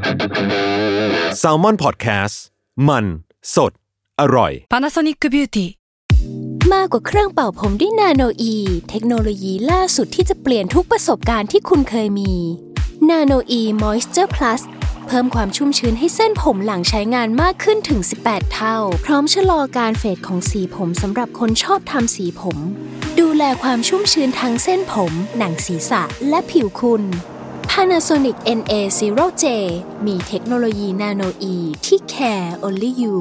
Salmon Podcast มันสดอร่อย Panasonic Beauty มากกว่าเครื่องเป่าผมด้วยนาโนอีเทคโนโลยีล่าสุดที่จะเปลี่ยนทุกประสบการณ์ที่คุณเคยมีนาโนอีมอยส์เจอร์พลัสเพิ่มความชุ่มชื้นให้เส้นผมหลังใช้งานมากขึ้นถึง18เท่าพร้อมชะลอการเฟดของสีผมสำหรับคนชอบทำสีผมดูแลความชุ่มชื้นทั้งเส้นผมหนังศีรษะและผิวคุณ Panasonic NA0J มีเทคโนโลยีนาโนอีที่ care only you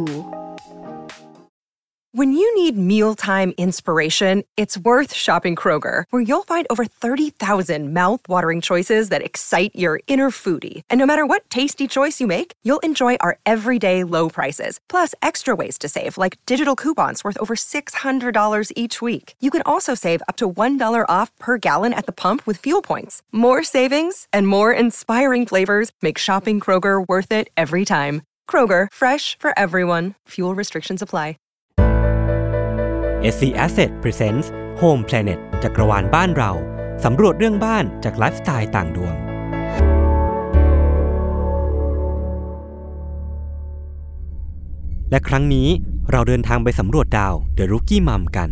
When you need mealtime inspiration, it's worth shopping Kroger, where you'll find over 30,000 mouth-watering choices that excite your inner foodie. And no matter what tasty choice you make, you'll enjoy our everyday low prices, plus extra ways to save, like digital coupons worth over $600 each week. You can also save up to $1 off per gallon at the pump with fuel points. More savings and more inspiring flavors make shopping Kroger worth it every time. Kroger, fresh for everyone. Fuel restrictions apply. SC Asset Presents Home Planet จักรวาลบ้านเราสำรวจเรื่องบ้านจากไลฟ์สไตล์ต่างดวงและครั้งนี้เราเดินทางไปสำรวจดาว The Rookie Mom กัน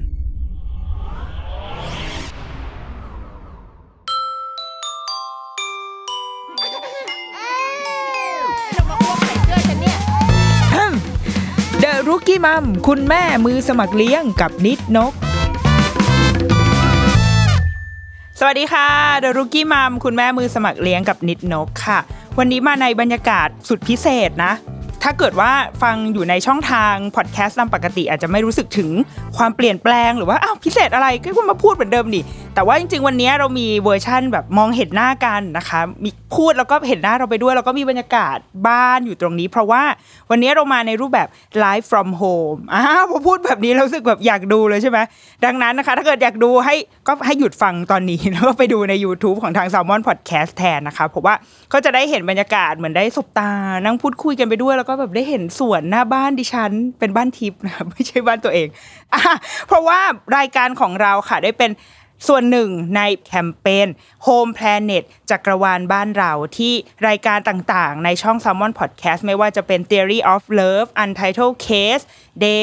The Rookie Mom คุณแม่มือสมัครเลี้ยงกับนิดนกสวัสดีค่ะ The Rookie Mom คุณแม่มือสมัครเลี้ยงกับนิดนกค่ะวันนี้มาในบรรยากาศสุดพิเศษนะถ้าเกิดว่าฟังอยู่ในช่องทางพอดแคสต์ตามปกติอาจจะไม่รู้สึกถึงความเปลี่ยนแปลงหรือว่าอ้าวพิเศษอะไรก็คุณมาพูดเหมือนเดิมดิแต่ว่าจริงๆวันนี้เรามีเวอร์ชั่นแบบมองเห็นหน้ากันนะคะมีพูดแล้วก็เห็นหน้าเราไปด้วยแล้วก็มีบรรยากาศบ้านอยู่ตรงนี้เพราะว่าวันนี้เรามาในรูปแบบ Live from home พอพูดแบบนี้เรารู้สึกแบบอยากดูเลยใช่ไหมดังนั้นนะคะถ้าเกิดอยากดูให้หยุดฟังตอนนี้แล้วก็ไปดูใน YouTube ของทาง Salmon Podcast แทนนะคะเพราะว่าก็จะได้เห็นบรรยากาศเหมือนได้สบตานั่งพูดคุยกันไปด้วยแล้วก็แบบได้เห็นสวนหน้าบ้านดิฉันเป็นบ้านทิพย์นะคะไม่ใช่บ้านตัวเองเพราะว่ารายการของเราค่ะได้เป็นส่วนหนึ่งในแคมเปญ Home Planet จักรวาลบ้านเราที่รายการต่างๆในช่อง Salmon Podcast ไม่ว่าจะเป็น Theory of Love Untitled Case Day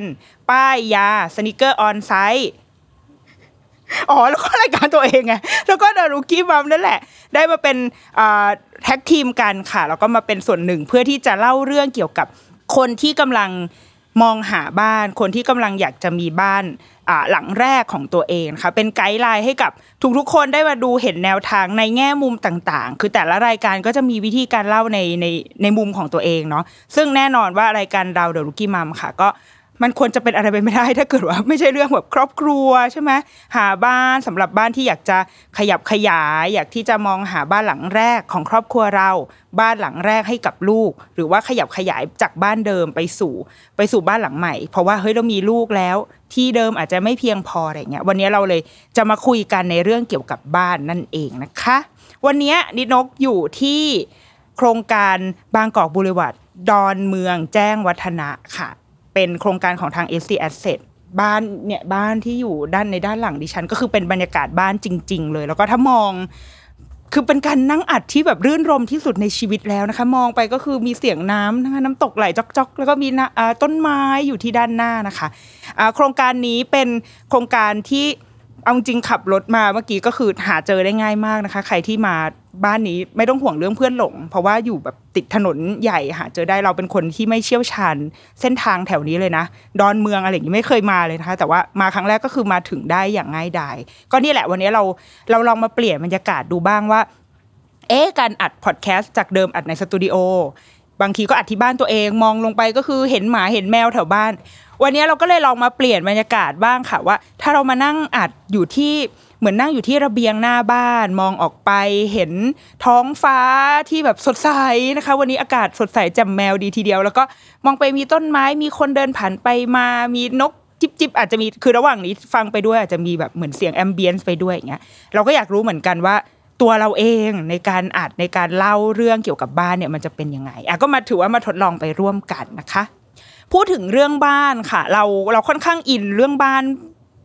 1 ป้ายยา Sneaker on Site แล้วก็รายการตัวเองไงแล้วก็ The Rookie Mom นั่นแหละได้มาเป็นแท็กทีมกันค่ะแล้วก็มาเป็นส่วนหนึ่งเพื่อที่จะเล่าเรื่องเกี่ยวกับคนที่กำลังมองหาบ้านคนที่กำลังอยากจะมีบ้านหลังแรกของตัวเองค่ะเป็นไกด์ไลน์ให้กับทุกๆคนได้มาดูเห็นแนวทางในแง่มุมต่างๆคือแต่ละรายการก็จะมีวิธีการเล่าในมุมของตัวเองเนาะซึ่งแน่นอนว่ารายการเรา The Rookie Mom ค่ะก็มันควรจะเป็นอะไรไปไม่ได้ถ้าเกิดว่าไม่ใช่เรื่องแบบครอบครัวใช่ไหมหาบ้านสำหรับบ้านที่อยากจะขยับขยายอยากที่จะมองหาบ้านหลังแรกของครอบครัวเราบ้านหลังแรกให้กับลูกหรือว่าขยับขยายจากบ้านเดิมไปสู่บ้านหลังใหม่เพราะว่าเฮ้ยเรามีลูกแล้วที่เดิมอาจจะไม่เพียงพออะไรเงี้ยวันนี้เราเลยจะมาคุยกันในเรื่องเกี่ยวกับบ้านนั่นเองนะคะวันนี้นิดนกอยู่ที่โครงการบางกอกบูเลวัร์ดดอนเมืองแจ้งวัฒนะค่ะเป็นโครงการของทาง SC Asset บ้านที่อยู่ในด้านหลังดิฉันก็คือเป็นบรรยากาศบ้านจริงๆเลยแล้วก็ถ้ามองคือเป็นการนั่งอัดที่แบบรื่นรมที่สุดในชีวิตแล้วนะคะมองไปก็คือมีเสียงน้ำนะคะน้ำตกไหลจ๊อกๆแล้วก็มีต้นไม้อยู่ที่ด้านหน้านะคะโครงการนี้เป็นโครงการที่เอาจริงขับรถมาเมื่อกี้ก็คือหาเจอได้ง่ายมากนะคะใครที่มาบ้านนี้ไม่ต้องห่วงเรื่องเพื่อนหลงเพราะว่าอยู่แบบติดถนนใหญ่หาเจอได้เราเป็นคนที่ไม่เชี่ยวชาญเส้นทางแถวนี้เลยนะดอนเมืองอะไรอย่างนี้ไม่เคยมาเลยนะคะแต่ว่ามาครั้งแรกก็คือมาถึงได้อย่างง่ายดายก็นี่แหละวันนี้เราลองมาเปลี่ยนบรรยากาศดูบ้างว่าการอัดพอดแคสต์จากเดิมอัดในสตูดิโอบางทีก็อัดที่บ้านตัวเองมองลงไปก็คือเห็นหมาเห็นแมวแถวบ้านวันนี้เราก็เลยลองมาเปลี่ยนบรรยากาศบ้างค่ะว่าถ้าเรามานั่งอัดอยู่ที่เหมือนนั่งอยู่ที่ระเบียงหน้าบ้านมองออกไปเห็นท้องฟ้าที่แบบสดใสนะคะวันนี้อากาศสดใสแจ่มแมวดีทีเดียวแล้วก็มองไปมีต้นไม้มีคนเดินผ่านไปมามีนกจิบอาจจะมีคือระหว่างนี้ฟังไปด้วยอาจจะมีแบบเหมือนเสียงแอมเบียนซ์ไปด้วยอย่างเงี้ยเราก็อยากรู้เหมือนกันว่าตัวเราเองในการอัดในการเล่าเรื่องเกี่ยวกับบ้านเนี่ยมันจะเป็นยังไงก็มาถือว่ามาทดลองไปร่วมกันนะคะพูดถึงเรื่องบ้านค่ะเราค่อนข้างอินเรื่องบ้านพ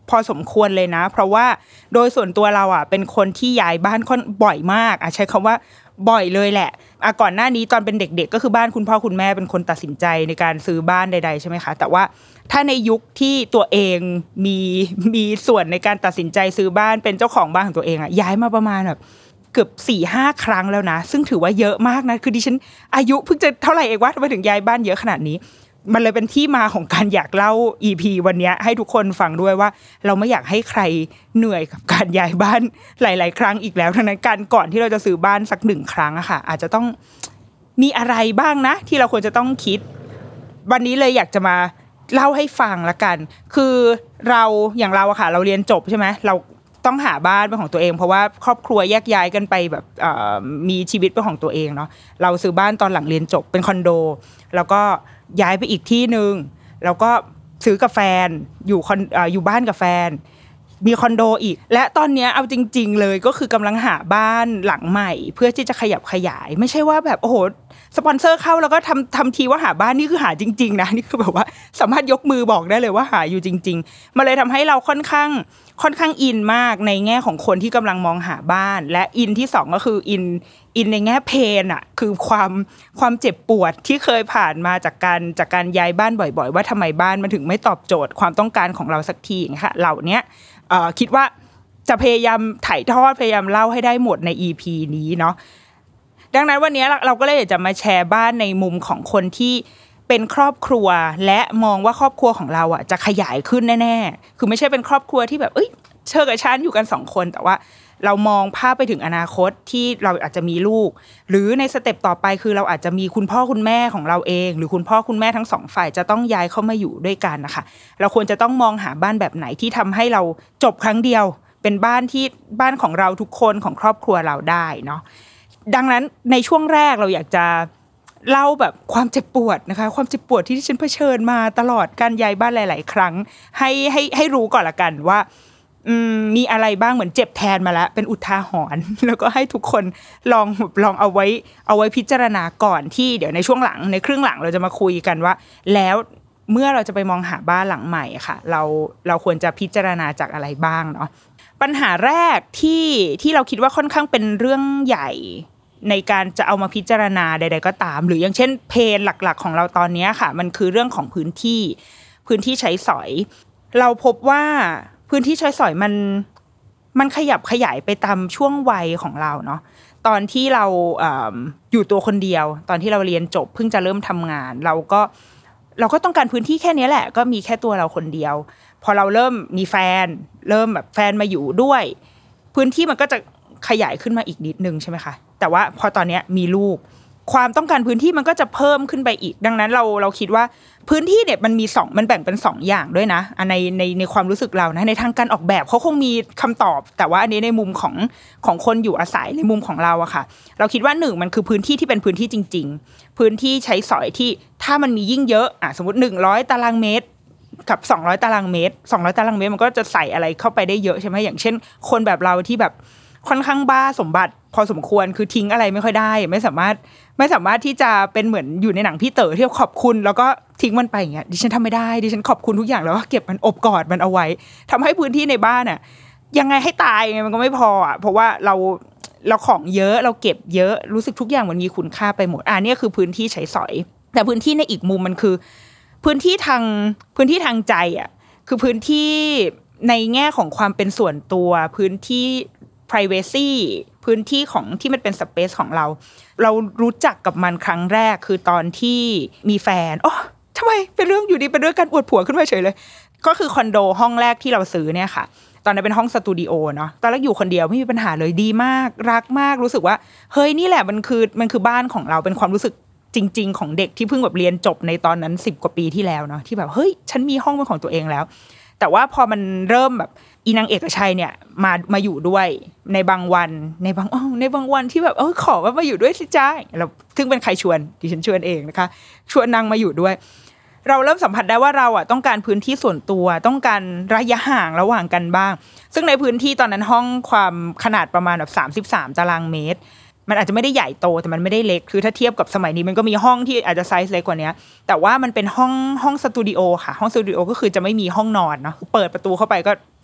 พอสมควรเลยนะเพราะว่าโดยส่วนตัวเราอ่ะเป็นคนที่ย้ายบ้านค่อนบ่อยมากใช้คำว่าบ่อยเลยแหละก่อนหน้านี้ตอนเป็นเด็กๆก็คือบ้านคุณพ่อคุณแม่เป็นคนตัดสินใจในการซื้อบ้านใดๆใช่ไหมคะแต่ว่าถ้าในยุคที่ตัวเองมีส่วนในการตัดสินใจซื้อบ้านเป็นเจ้าของบ้านของตัวเองอ่ะย้ายมาประมาณแบบเกือบ 4-5 ครั้งแล้วนะซึ่งถือว่าเยอะมากนะคือดิฉันอายุเพิ่งจะเท่าไหร่เองวะทำไมถึงย้ายบ้านเยอะขนาดนี้มันเลยเป็นที่มาของการอยากเล่า EP วันนี้ให้ทุกคนฟังด้วยว่าเราไม่อยากให้ใครเหนื่อยกับการย้ายบ้านหลายๆครั้งอีกแล้วทั้งนั้นการก่อนที่เราจะซื้อบ้านสัก1ครั้งอะค่ะอาจจะต้องมีอะไรบ้างนะที่เราควรจะต้องคิดวันนี้เลยอยากจะมาเล่าให้ฟังละกันคือเราอย่างเราอะค่ะเราเรียนจบใช่ไหมเราต้องหาบ้านเป็นของตัวเองเพราะว่าครอบครัวแยกย้ายกันไปแบบมีชีวิตเป็นของตัวเองเนาะเราซื้อบ้านตอนหลังเรียนจบเป็นคอนโดแล้วก็ย้ายไปอีกที่นึงแล้วก็ซื้อกับแฟนอยู่บ้านกับแฟนมีคอนโดอีกและตอนนี้เอาจริงๆเลยก็คือกำลังหาบ้านหลังใหม่เพื่อที่จะขยับขยายไม่ใช่ว่าแบบโอ้โหสปอนเซอร์เข้าแล้วก็ทำทีว่าหาบ้านนี่คือหาจริงๆนะนี่คือแบบว่าสามารถยกมือบอกได้เลยว่าหาอยู่จริงๆมันเลยทำให้เราค่อนข้างอินมากในแง่ของคนที่กำลังมองหาบ้านและอินที่2ก็คืออินในแง่เพนอ่ะคือความเจ็บปวดที่เคยผ่านมาจากการย้ายบ้านบ่อยๆว่าทำไมบ้านมันถึงไม่ตอบโจทย์ความต้องการของเราสักทีอย่างเงี้ยค่ะเหล่านี้คิดว่าจะพยายามถ่ายทอดพยายามเล่าให้ได้หมดใน EP นี้เนาะดังนั้นวันนี้เราก็เลยอยากจะมาแชร์บ้านในมุมของคนที่เป็นครอบครัวและมองว่าครอบครัวของเราอ่ะจะขยายขึ้นแน่ๆคือไม่ใช่เป็นครอบครัวที่แบบเธอกับฉันอยู่กัน2คนแต่ว่าเรามองภาพไปถึงอนาคตที่เราอาจจะมีลูกหรือในสเต็ปต่อไปคือเราอาจจะมีคุณพ่อคุณแม่ของเราเองหรือคุณพ่อคุณแม่ทั้ง2ฝ่ายจะต้องย้ายเข้ามาอยู่ด้วยกันนะคะเราควรจะต้องมองหาบ้านแบบไหนที่ทำให้เราจบครั้งเดียวเป็นบ้านของเราทุกคนของครอบครัวเราได้เนาะดังนั้นในช่วงแรกเราอยากจะเล่าแบบความเจ็บปวดนะคะความเจ็บปวดที่ฉันเผชิญมาตลอดการย้ายบ้านหลายๆครั้งให้รู้ก่อนละกันว่ามีอะไรบ้างเหมือนเจ็บแทนมาแล้วเป็นอุทาหรณ์แล้วก็ให้ทุกคนลองเอาไว้พิจารณาก่อนที่เดี๋ยวในช่วงหลังในครึ่งหลังเราจะมาคุยกันว่าแล้วเมื่อเราจะไปมองหาบ้านหลังใหม่ค่ะเราควรจะพิจารณาจากอะไรบ้างเนาะปัญหาแรกที่เราคิดว่าค่อนข้างเป็นเรื่องใหญ่ในการจะเอามาพิจารณาใดๆก็ตามหรืออย่างเช่นเพนหลักๆของเราตอนนี้ค่ะมันคือเรื่องของพื้นที่ใช้สอยเราพบว่าพื้นที่ใช้สอยมันขยับขยายไปตามช่วงวัยของเราเนาะตอนที่เราอยู่ตัวคนเดียวตอนที่เราเรียนจบเพิ่งจะเริ่มทำงานเราก็ต้องการพื้นที่แค่นี้แหละก็มีแค่ตัวเราคนเดียวพอเราเริ่มมีแฟนเริ่มแบบแฟนมาอยู่ด้วยพื้นที่มันก็จะขยายขึ้นมาอีกนิดนึงใช่ไหมคะแต่ว่าพอตอนนี้มีลูกความต้องการพื้นที่มันก็จะเพิ่มขึ้นไปอีกดังนั้นเราคิดว่าพื้นที่เนี่ยมันแบ่งเป็น2อย่างด้วยนะในความรู้สึกเรานะในทางการออกแบบเขาคงมีคำตอบแต่ว่าอันนี้ในมุมของคนอยู่อาศัยในมุมของเราอะค่ะเราคิดว่า1มันคือพื้นที่ที่เป็นพื้นที่จริงๆพื้นที่ใช้สอยที่ถ้ามันมียิ่งเยอะสมมติ100ตารางเมตรกับ200ตารางเมตร200ตารางเมตรมันก็จะใส่อะไรเข้าไปได้เยอะใช่ไหมอย่างเช่นคนแบบเราที่แบบค่อนข้างบ้าสมบัติพอสมควรคือทิ้งอะไรไม่ค่อยได้ไม่สามารถที่จะเป็นเหมือนอยู่ในหนังพี่เต๋อที่ขอบคุณแล้วก็ทิ้งมันไปอย่างเงี้ยดิฉันทำไม่ได้ดิฉันขอบคุณทุกอย่างแล้วก็เก็บมันอบกอดมันเอาไว้ทำให้พื้นที่ในบ้านยังไงให้ตายยังไงมันก็ไม่พอเพราะว่าเราของเยอะเราเก็บเยอะรู้สึกทุกอย่างมันมีคุณค่าไปหมดนี่คือพื้นที่ใช้สอยแต่พื้นที่ในอีกมุมมันคือพื้นที่ทางใจคือพื้นที่ในแง่ของความเป็นส่วนตัวพื้นที่privacy พื้นที่ของที่มันเป็น space ของเรารู้จักกับมันครั้งแรกคือตอนที่มีแฟนทำไมเป็นเรื่องอยู่ดีเป็นเรื่องการอวดผัวขึ้นมาเฉยเลยก็คือคอนโดห้องแรกที่เราซื้อเนี่ยค่ะตอนนั้นเป็นห้องสตูดิโอเนาะตอนแรกอยู่คนเดียวไม่มีปัญหาเลยดีมากรักมากรู้สึกว่าเฮ้ยนี่แหละมันคือบ้านของเราเป็นความรู้สึกจริงๆของเด็กที่เพิ่งแบบเรียนจบในตอนนั้น10กว่าปีที่แล้วเนาะที่แบบเฮ้ยฉันมีห้องเป็นของตัวเองแล้วแต่ว่าพอมันเริ่มแบบอีนางเอกชัยเนี่ยมาอยู่ด้วยในบางวันในบางวันที่แบบขอว่ามาอยู่ด้วยสิจ้าเราซึ่งเป็นใครชวนดิฉันชวนเองนะคะชวนนางมาอยู่ด้วยเราเริ่มสัมผัสได้ว่าเราต้องการพื้นที่ส่วนตัวต้องการระยะห่างระหว่างกันบ้างซึ่งในพื้นที่ตอนนั้นห้องความขนาดประมาณแบบ33ตารางเมตรมันอาจจะไม่ได้ใหญ่โตแต่มันไม่ได้เล็กคือถ้าเทียบกับสมัยนี้มันก็มีห้องที่อาจจะไซส์เล็กกว่านี้แต่ว่ามันเป็นห้องสตูดิโอค่ะห้องสตูดิโอก็คือจะไม่มีห้องนอนเนาะเปิดประตูเข้าไปก็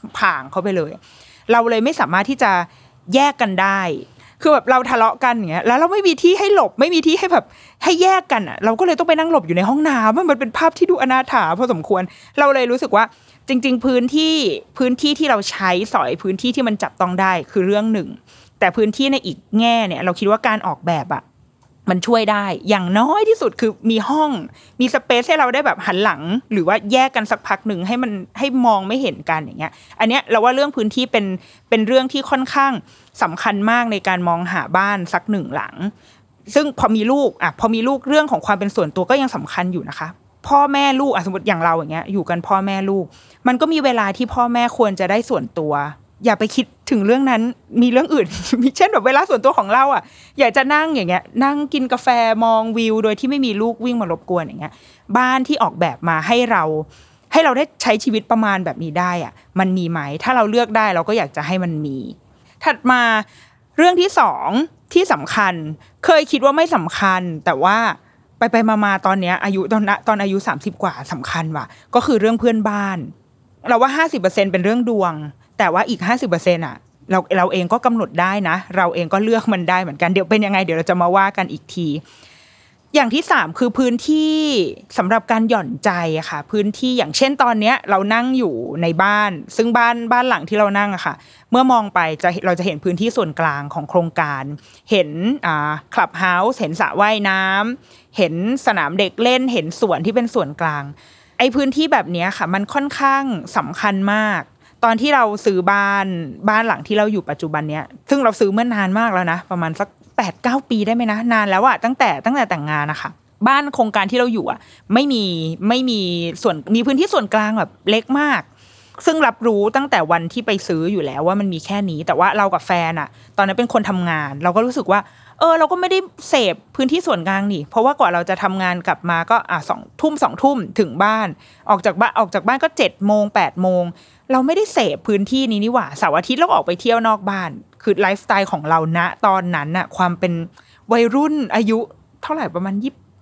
ผ่างเข้าไปเลยเราเลยไม่สามารถที่จะแยกกันได้คือแบบเราทะเลาะกันอย่างเงี้ยแล้วเราไม่มีที่ให้หลบไม่มีที่ให้แบบให้แยกกันอ่ะเราก็เลยต้องไปนั่งหลบอยู่ในห้องน้ำมันเป็นภาพที่ดูอนาถาพอสมควรเราเลยรู้สึกว่าจริงๆพื้นที่ที่เราใช้สอยพื้นที่ที่มันจับต้องได้คือเรื่องหนึ่งแต่พื้นที่ในอีกแง่เนี่ยเราคิดว่าการออกแบบอ่ะมันช่วยได้อย่างน้อยที่สุดคือมีห้องมีสเปซให้เราได้แบบหันหลังหรือว่าแยกกันสักพักหนึ่งให้มันให้มองไม่เห็นกันอย่างเงี้ยอันเนี้ยเราว่าเรื่องพื้นที่เป็นเรื่องที่ค่อนข้างสำคัญมากในการมองหาบ้านสักหนึ่งหลังซึ่งพอมีลูกเรื่องของความเป็นส่วนตัวก็ยังสำคัญอยู่นะคะพ่อแม่ลูกสมมติอย่างเราอย่างเงี้ยอยู่กันพ่อแม่ลูกมันก็มีเวลาที่พ่อแม่ควรจะได้ส่วนตัวอย่าไปคิดถึงเรื่องนั้นมีเรื่องอื่น มีเช่นแบบเวลาส่วนตัวของเราอ่ะอยากจะนั่งอย่างเงี้ยนั่งกินกาแฟมองวิวโดยที่ไม่มีลูกวิ่งมารบกวนอย่างเงี้ยบ้านที่ออกแบบมาให้เราได้ใช้ชีวิตประมาณแบบนี้ได้อ่ะมันมีไหมถ้าเราเลือกได้เราก็อยากจะให้มันมีถัดมาเรื่องที่2ที่สำคัญเคยคิดว่าไม่สำคัญแต่ว่าไปมาตอนเนี้ยอายุตอนอายุ30กว่าสำคัญว่ะก็คือเรื่องเพื่อนบ้านเราว่า 50% เป็นเรื่องดวงแต่ว่าอีก 50% อ่ะเราเองก็กำหนดได้นะเราเองก็เลือกมันได้เหมือนกันเดี๋ยวเป็นยังไงเดี๋ยวเราจะมาว่ากันอีกทีอย่างที่3คือพื้นที่สำหรับการหย่อนใจอะค่ะพื้นที่อย่างเช่นตอนเนี้ยเรานั่งอยู่ในบ้านซึ่งบ้านหลังที่เรานั่งอะค่ะเมื่อมองไปเราจะเห็นพื้นที่ส่วนกลางของโครงการเห็นคลับเฮาส์เห็นสระว่ายน้ำเห็นสนามเด็กเล่นเห็นสวนที่เป็นส่วนกลางไอ้พื้นที่แบบนี้ค่ะมันค่อนข้างสำคัญมากตอนที่เราซื้อบ้านหลังที่เราอยู่ปัจจุบันเนี้ยซึ่งเราซื้อเมื่อนานมากแล้วนะประมาณสัก 8-9 ปีได้ไหมนะนานแล้วอะตั้งแต่แต่งงานนะคะบ้านโครงการที่เราอยู่อะไม่มีส่วนมีพื้นที่ส่วนกลางแบบเล็กมากซึ่งรับรู้ตั้งแต่วันที่ไปซื้ออยู่แล้วว่ามันมีแค่นี้แต่ว่าเรากับแฟนอะตอนนั้นเป็นคนทำงานเราก็รู้สึกว่าเราก็ไม่ได้เสพพื้นที่ส่วนกลางนี่เพราะว่ากว่าเราจะทำงานกลับมาก็2 ทุ่มถึงบ้านออกจากบ้านก็7 โมง 8 โมงเราไม่ได้เสพพื้นที่นี้นี่หว่าเสาร์อาทิตย์เราออกไปเที่ยวนอกบ้านคือไลฟ์สไตล์ของเราณตอนนั้นน่ะความเป็นวัยรุ่นอายุเท่าไหร่ประมาณ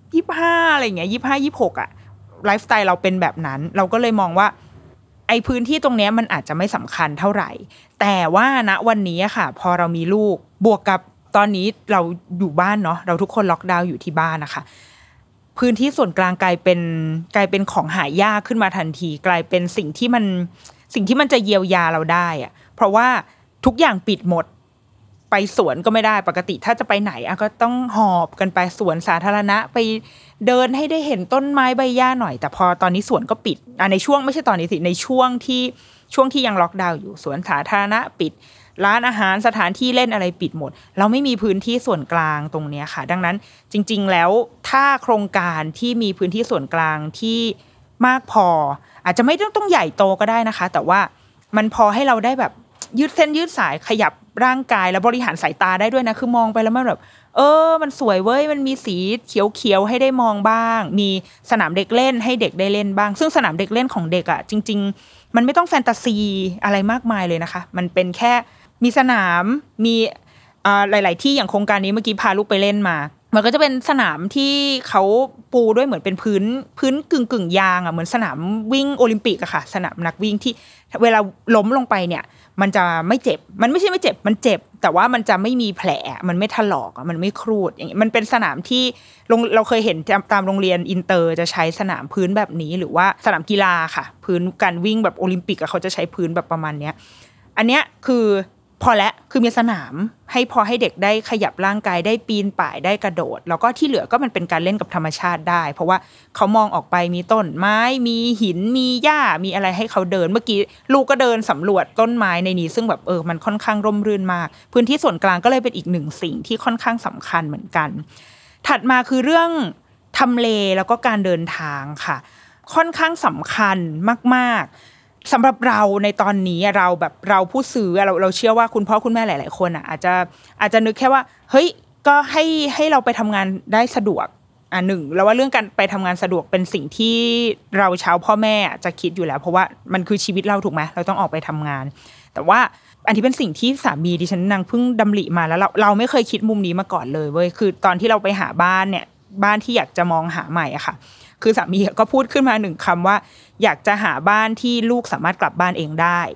25อะไรอย่างเงี้ย25-26อ่ะไลฟ์สไตล์เราเป็นแบบนั้นเราก็เลยมองว่าไอ้พื้นที่ตรงเนี้ยมันอาจจะไม่สำคัญเท่าไหร่แต่ว่าณวันนี้อะค่ะพอเรามีลูกบวกกับตอนนี้เราอยู่บ้านเนาะเราทุกคนล็อกดาวน์อยู่ที่บ้านนะคะพื้นที่ส่วนกลางกลายเป็นของหายากขึ้นมาทันทีกลายเป็นสิ่งที่มันจะเยียวยาเราได้อะเพราะว่าทุกอย่างปิดหมดไปสวนก็ไม่ได้ปกติถ้าจะไปไหนก็ต้องหอบกันไปสวนสาธารณะไปเดินให้ได้เห็นต้นไม้ใบหญ้าหน่อยแต่พอตอนนี้สวนก็ปิดในช่วงไม่ใช่ตอนนี้สิในช่วงที่ยังล็อกดาวน์อยู่สวนสาธารณะปิดร้านอาหารสถานที่เล่นอะไรปิดหมดเราไม่มีพื้นที่ส่วนกลางตรงนี้ค่ะดังนั้นจริงๆแล้วถ้าโครงการที่มีพื้นที่ส่วนกลางที่มากพออาจจะไม่ต้องใหญ่โตก็ได้นะคะแต่ว่ามันพอให้เราได้แบบยืดเส้นยืดสายขยับร่างกายแล้วบริหารสายตาได้ด้วยนะคือมองไปแล้วมันแบบมันสวยเว้ยมันมีสีเขียวๆให้ได้มองบ้างมีสนามเด็กเล่นให้เด็กได้เล่นบ้างซึ่งสนามเด็กเล่นของเด็กอ่ะจริงๆมันไม่ต้องแฟนตาซีอะไรมากมายเลยนะคะมันเป็นแค่มีสนามมีหลายๆที่อย่างโครงการนี้เมื่อกี้พาลูกไปเล่นมามันก็จะเป็นสนามที่เขาปูด้วยเหมือนเป็นพื้นกึ่งยางอ่ะเหมือนสนามวิ่งโอลิมปิกอะค่ะสนามนักวิ่งที่เวลาล้มลงไปเนี่ยมันจะไม่เจ็บมันไม่ใช่ไม่เจ็บมันเจ็บแต่ว่ามันจะไม่มีแผลมันไม่ถลอกมันไม่ครูดอย่างเงี้ยมันเป็นสนามที่เราเคยเห็นตามโรงเรียนอินเตอร์จะใช้สนามพื้นแบบนี้หรือว่าสนามกีฬาค่ะพื้นการวิ่งแบบโอลิมปิกเขาจะใช้พื้นแบบประมาณเนี้ยอันเนี้ยคือพอแล้วคือมีสนามพอให้เด็กได้ขยับร่างกายได้ปีนป่ายได้กระโดดแล้วก็ที่เหลือก็มันเป็นการเล่นกับธรรมชาติได้เพราะว่าเขามองออกไปมีต้นไม้มีหินมีหญ้ามีอะไรให้เขาเดินเมื่อกี้ลูกก็เดินสำรวจต้นไม้ในนี้ซึ่งแบบมันค่อนข้างร่มรื่นมากพื้นที่ส่วนกลางก็เลยเป็นอีกหนึ่งสิ่งที่ค่อนข้างสำคัญเหมือนกันถัดมาคือเรื่องทำเลแล้วก็การเดินทางค่ะค่อนข้างสำคัญมากๆสำหรับเราในตอนนี้เราผู้ซื้อเราเชื่อว่าคุณพ่อคุณแม่หลายๆคนอาจจะนึกแค่ว่าเฮ้ยก็ให้เราไปทำงานได้สะดวกหนึ่งแล้วว่าเรื่องการไปทำงานสะดวกเป็นสิ่งที่เราชาวพ่อแม่จะคิดอยู่แล้วเพราะว่ามันคือชีวิตเราถูกไหมเราต้องออกไปทำงานแต่ว่าอันที่เป็นสิ่งที่สามีดิฉันนางเพิ่งดำริมาแล้วเราไม่เคยคิดมุมนี้มาก่อนเลยเว้ยคือตอนที่เราไปหาบ้านเนี่ยบ้านที่อยากจะมองหาใหม่อะค่ะคือสามีก็พูดขึ้นมา1 คำว่าอยากจะหาบ้านที่ลูกสามารถกลับบ้านเองได้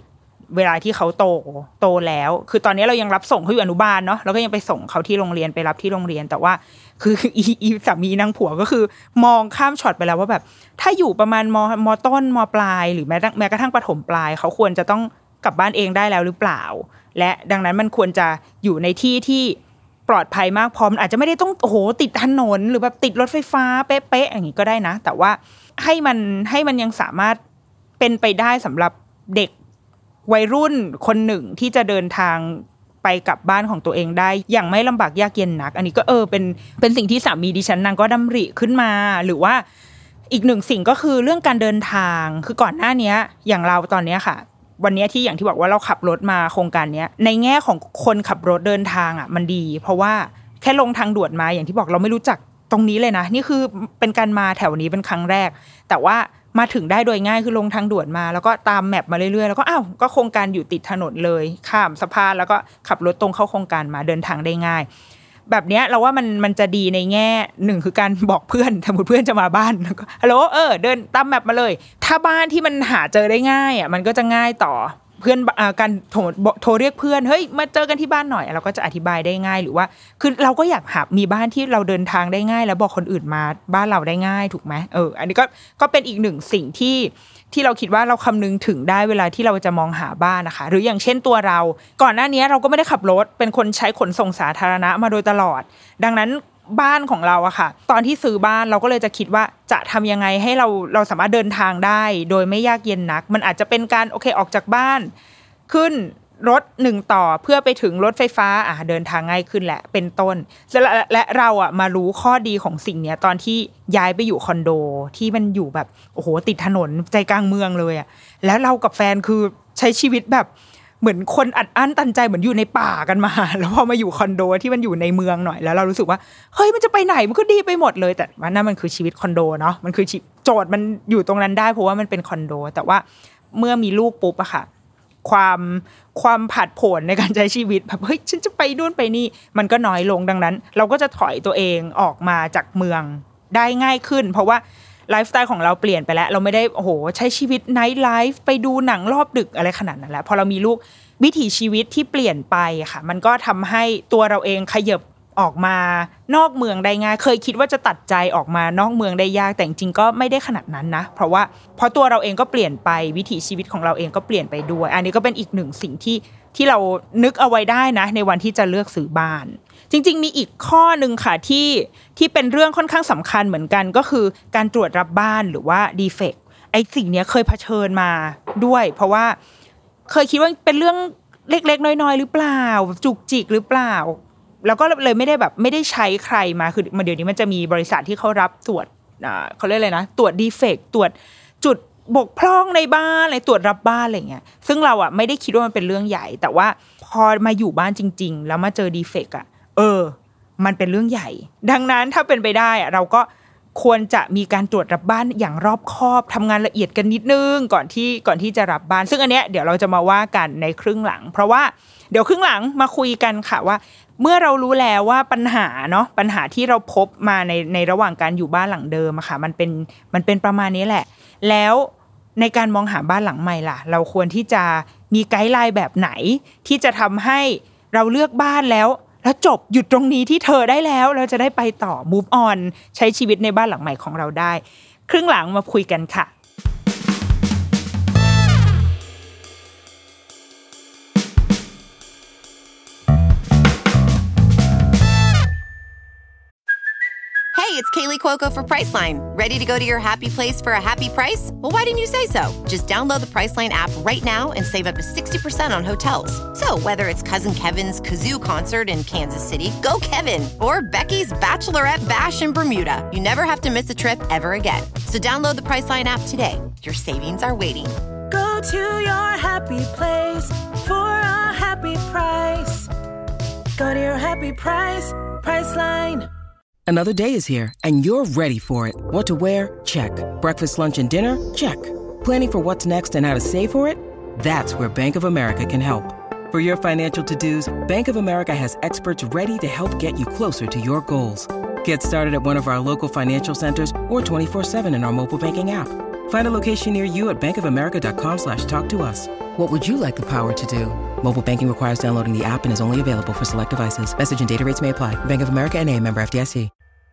เวลาที่เขาโตแล้วคือตอนนี้เรายังรับส่งเขาอยู่อนุบาลเนาะเราก็ยังไปส่งเขาที่โรงเรียนไปรับที่โรงเรียนแต่ว่าคืออีสามีนางผัวก็คือมองข้ามช็อตไปแล้วว่าแบบถ้าอยู่ประมาณมต้นมปลายหรือแม้กระทั่งประถมปลายเขาควรจะต้องกลับบ้านเองได้แล้วหรือเปล่าและดังนั้นมันควรจะอยู่ในที่ปลอดภัยมากพอมันอาจจะไม่ได้ต้องโอ้โหติดถนนหรือแบบติดรถไฟฟ้าเป๊ะๆอย่างนี้ก็ได้นะแต่ว่าให้มันยังสามารถเป็นไปได้สำหรับเด็กวัยรุ่นคนหนึ่งที่จะเดินทางไปกลับบ้านของตัวเองได้อย่างไม่ลำบากยากเย็นนักอันนี้ก็เป็นสิ่งที่สามีดิฉันนางก็ดำริขึ้นมาหรือว่าอีกหนึ่งสิ่งก็คือเรื่องการเดินทางคือก่อนหน้านี้อย่างเราตอนนี้ค่ะวันนี้ที่อย่างที่บอกว่าเราขับรถมาโครงการนี้ในแง่ของคนขับรถเดินทางอ่ะมันดีเพราะว่าแค่ลงทางด่วนมาอย่างที่บอกเราไม่รู้จักตรงนี้เลยนะนี่คือเป็นการมาแถวนี้เป็นครั้งแรกแต่ว่ามาถึงได้โดยง่ายคือลงทางด่วนมาแล้วก็ตามแมปมาเรื่อยๆแล้วก็ก็โครงการอยู่ติดถนนเลยข้ามสะพานแล้วก็ขับรถตรงเข้าโครงการมาเดินทางได้ง่ายแบบเนี้ยเราว่ามันจะดีในแง่หนึ่งคือการบอกเพื่อนสมมติเพื่อนจะมาบ้านแล้วก็ฮัลโหลเดินตามแมปมาเลยถ้าบ้านที่มันหาเจอได้ง่ายอ่ะมันก็จะง่ายต่อเพื่อนการโทรเรียกเพื่อนเฮ้ยมาเจอกันที่บ้านหน่อยเราก็จะอธิบายได้ง่ายหรือว่าคือเราก็อยากหามีบ้านที่เราเดินทางได้ง่ายแล้วบอกคนอื่นมาบ้านเราได้ง่ายถูกไหมอันนี้ก็เป็นอีกหนึ่งสิ่งที่เราคิดว่าเราคำนึงถึงได้เวลาที่เราจะมองหาบ้านนะคะหรืออย่างเช่นตัวเราก่อนหน้านี้เราก็ไม่ได้ขับรถเป็นคนใช้ขนส่งสาธารณะมาโดยตลอดดังนั้นบ้านของเราอะค่ะตอนที่ซื้อบ้านเราก็เลยจะคิดว่าจะทำยังไงให้เราสามารถเดินทางได้โดยไม่ยากเย็นนักมันอาจจะเป็นการโอเคออกจากบ้านขึ้นรถ1ต่อเพื่อไปถึงรถไฟฟ้าเดินทางง่ายขึ้นแหละเป็นต้นและเราอะมารู้ข้อดีของสิ่งเนี้ยตอนที่ย้ายไปอยู่คอนโดที่มันอยู่แบบโอ้โหติดถนนใจกลางเมืองเลยอะแล้วเรากับแฟนคือใช้ชีวิตแบบเหมือนคนอัดอั้นตันใจเหมือนอยู่ในป่ากันมาแล้วพอมาอยู่คอนโดที่มันอยู่ในเมืองหน่อยแล้วเรารู้สึกว่าเฮ้ยมันจะไปไหนมันก็ดีไปหมดเลยแต่ว่านั่นมันคือชีวิตคอนโดเนาะมันคือโจทย์มันอยู่ตรงนั้นได้เพราะว่ามันเป็นคอนโดแต่ว่าเมื่อมีลูกปุ๊บอะค่ะความผัดโผนในการใช้ชีวิตแบบเฮ้ยฉันจะไปนู่นไปนี่มันก็น้อยลงดังนั้นเราก็จะถอยตัวเองออกมาจากเมืองได้ง่ายขึ้นเพราะว่าไลฟ์สไตล์ของเราเปลี่ยนไปแล้วเราไม่ได้โอ้โหใช้ชีวิตไนท์ไลฟ์ไปดูหนังรอบดึกอะไรขนาดนั้นแล้วพอเรามีลูกวิถีชีวิตที่เปลี่ยนไปค่ะมันก็ทำให้ตัวเราเองขยับออกมานอกเมืองได้ง่ายเคยคิดว่าจะตัดใจออกมานอกเมืองได้ยากแต่จริงๆก็ไม่ได้ขนาดนั้นนะเพราะตัวเราเองก็เปลี่ยนไปวิถีชีวิตของเราเองก็เปลี่ยนไปด้วยอันนี้ก็เป็นอีกหนึ่งสิ่งที่เรานึกเอาไว้ได้นะในวันที่จะเลือกซื้อบ้านจริงๆมีอีกข้อนึงค่ะที่เป็นเรื่องค่อนข้างสำคัญเหมือนกันก็คือการตรวจรับบ้านหรือว่าดีเฟคไอ้สิ่งนี้เคยเผชิญมาด้วยเพราะว่าเคยคิดว่าเป็นเรื่องเล็กๆน้อยๆหรือเปล่าจุกจิกหรือเปล่าแล้วก็เลยไม่ได้ใช้ใครมาคือเดี๋ยวนี้มันจะมีบริษัทที่เขารับตรวจเขาเรียกอะไรนะตรวจดีเฟคตรวจจุดบกพร่องในบ้านอะไรตรวจรับบ้านอะไรเงี้ยซึ่งเราไม่ได้คิดว่ามันเป็นเรื่องใหญ่แต่ว่าพอมาอยู่บ้านจริงๆแล้วมาเจอดีเฟคมันเป็นเรื่องใหญ่ดังนั้นถ้าเป็นไปได้เราก็ควรจะมีการตรวจรับบ้านอย่างรอบคอบทำงานละเอียดกันนิดนึงก่อนที่จะรับบ้านซึ่งอันเนี้ยเดี๋ยวเราจะมาว่ากันในครึ่งหลังเพราะว่าเดี๋ยวครึ่งหลังมาคุยกันค่ะว่าเมื่อเรารู้แล้วว่าปัญหาที่เราพบมาในระหว่างการอยู่บ้านหลังเดิมอะค่ะมันเป็นประมาณนี้แหละแล้วในการมองหาบ้านหลังใหม่ล่ะเราควรที่จะมีไกด์ไลน์แบบไหนที่จะทำให้เราเลือกบ้านแล้วจบหยุดตรงนี้ที่เธอได้แล้วเราจะได้ไปต่อ move on ใช้ชีวิตในบ้านหลังใหม่ของเราได้ครึ่งหลังมาคุยกันค่ะ Hey, it's Kaylee Cuoco for Priceline. Ready to go to your happy place for a happy price? Well, why didn't you say so? Just download the Priceline app right now and save up to 60% on hotels. So whether it's Cousin Kevin's Kazoo Concert in Kansas City, go Kevin, or Becky's Bachelorette Bash in Bermuda, you never have to miss a trip ever again. So download the Priceline app today. Your savings are waiting. Go to your happy place for a happy price. Go to your happy price, Priceline.Another day is here, and you're ready for it. What to wear? Check. Breakfast, lunch, and dinner? Check. Planning for what's next and how to save for it? That's where Bank of America can help. For your financial to-dos, Bank of America has experts ready to help get you closer to your goals. Get started at one of our local financial centers or 24/7 in our mobile banking app. Find a location near you at bankofamerica.com/talktous. What would you like the power to do? Mobile banking requires downloading the app and is only available for select devices. Message and data rates may apply. Bank of America NA, member FDIC.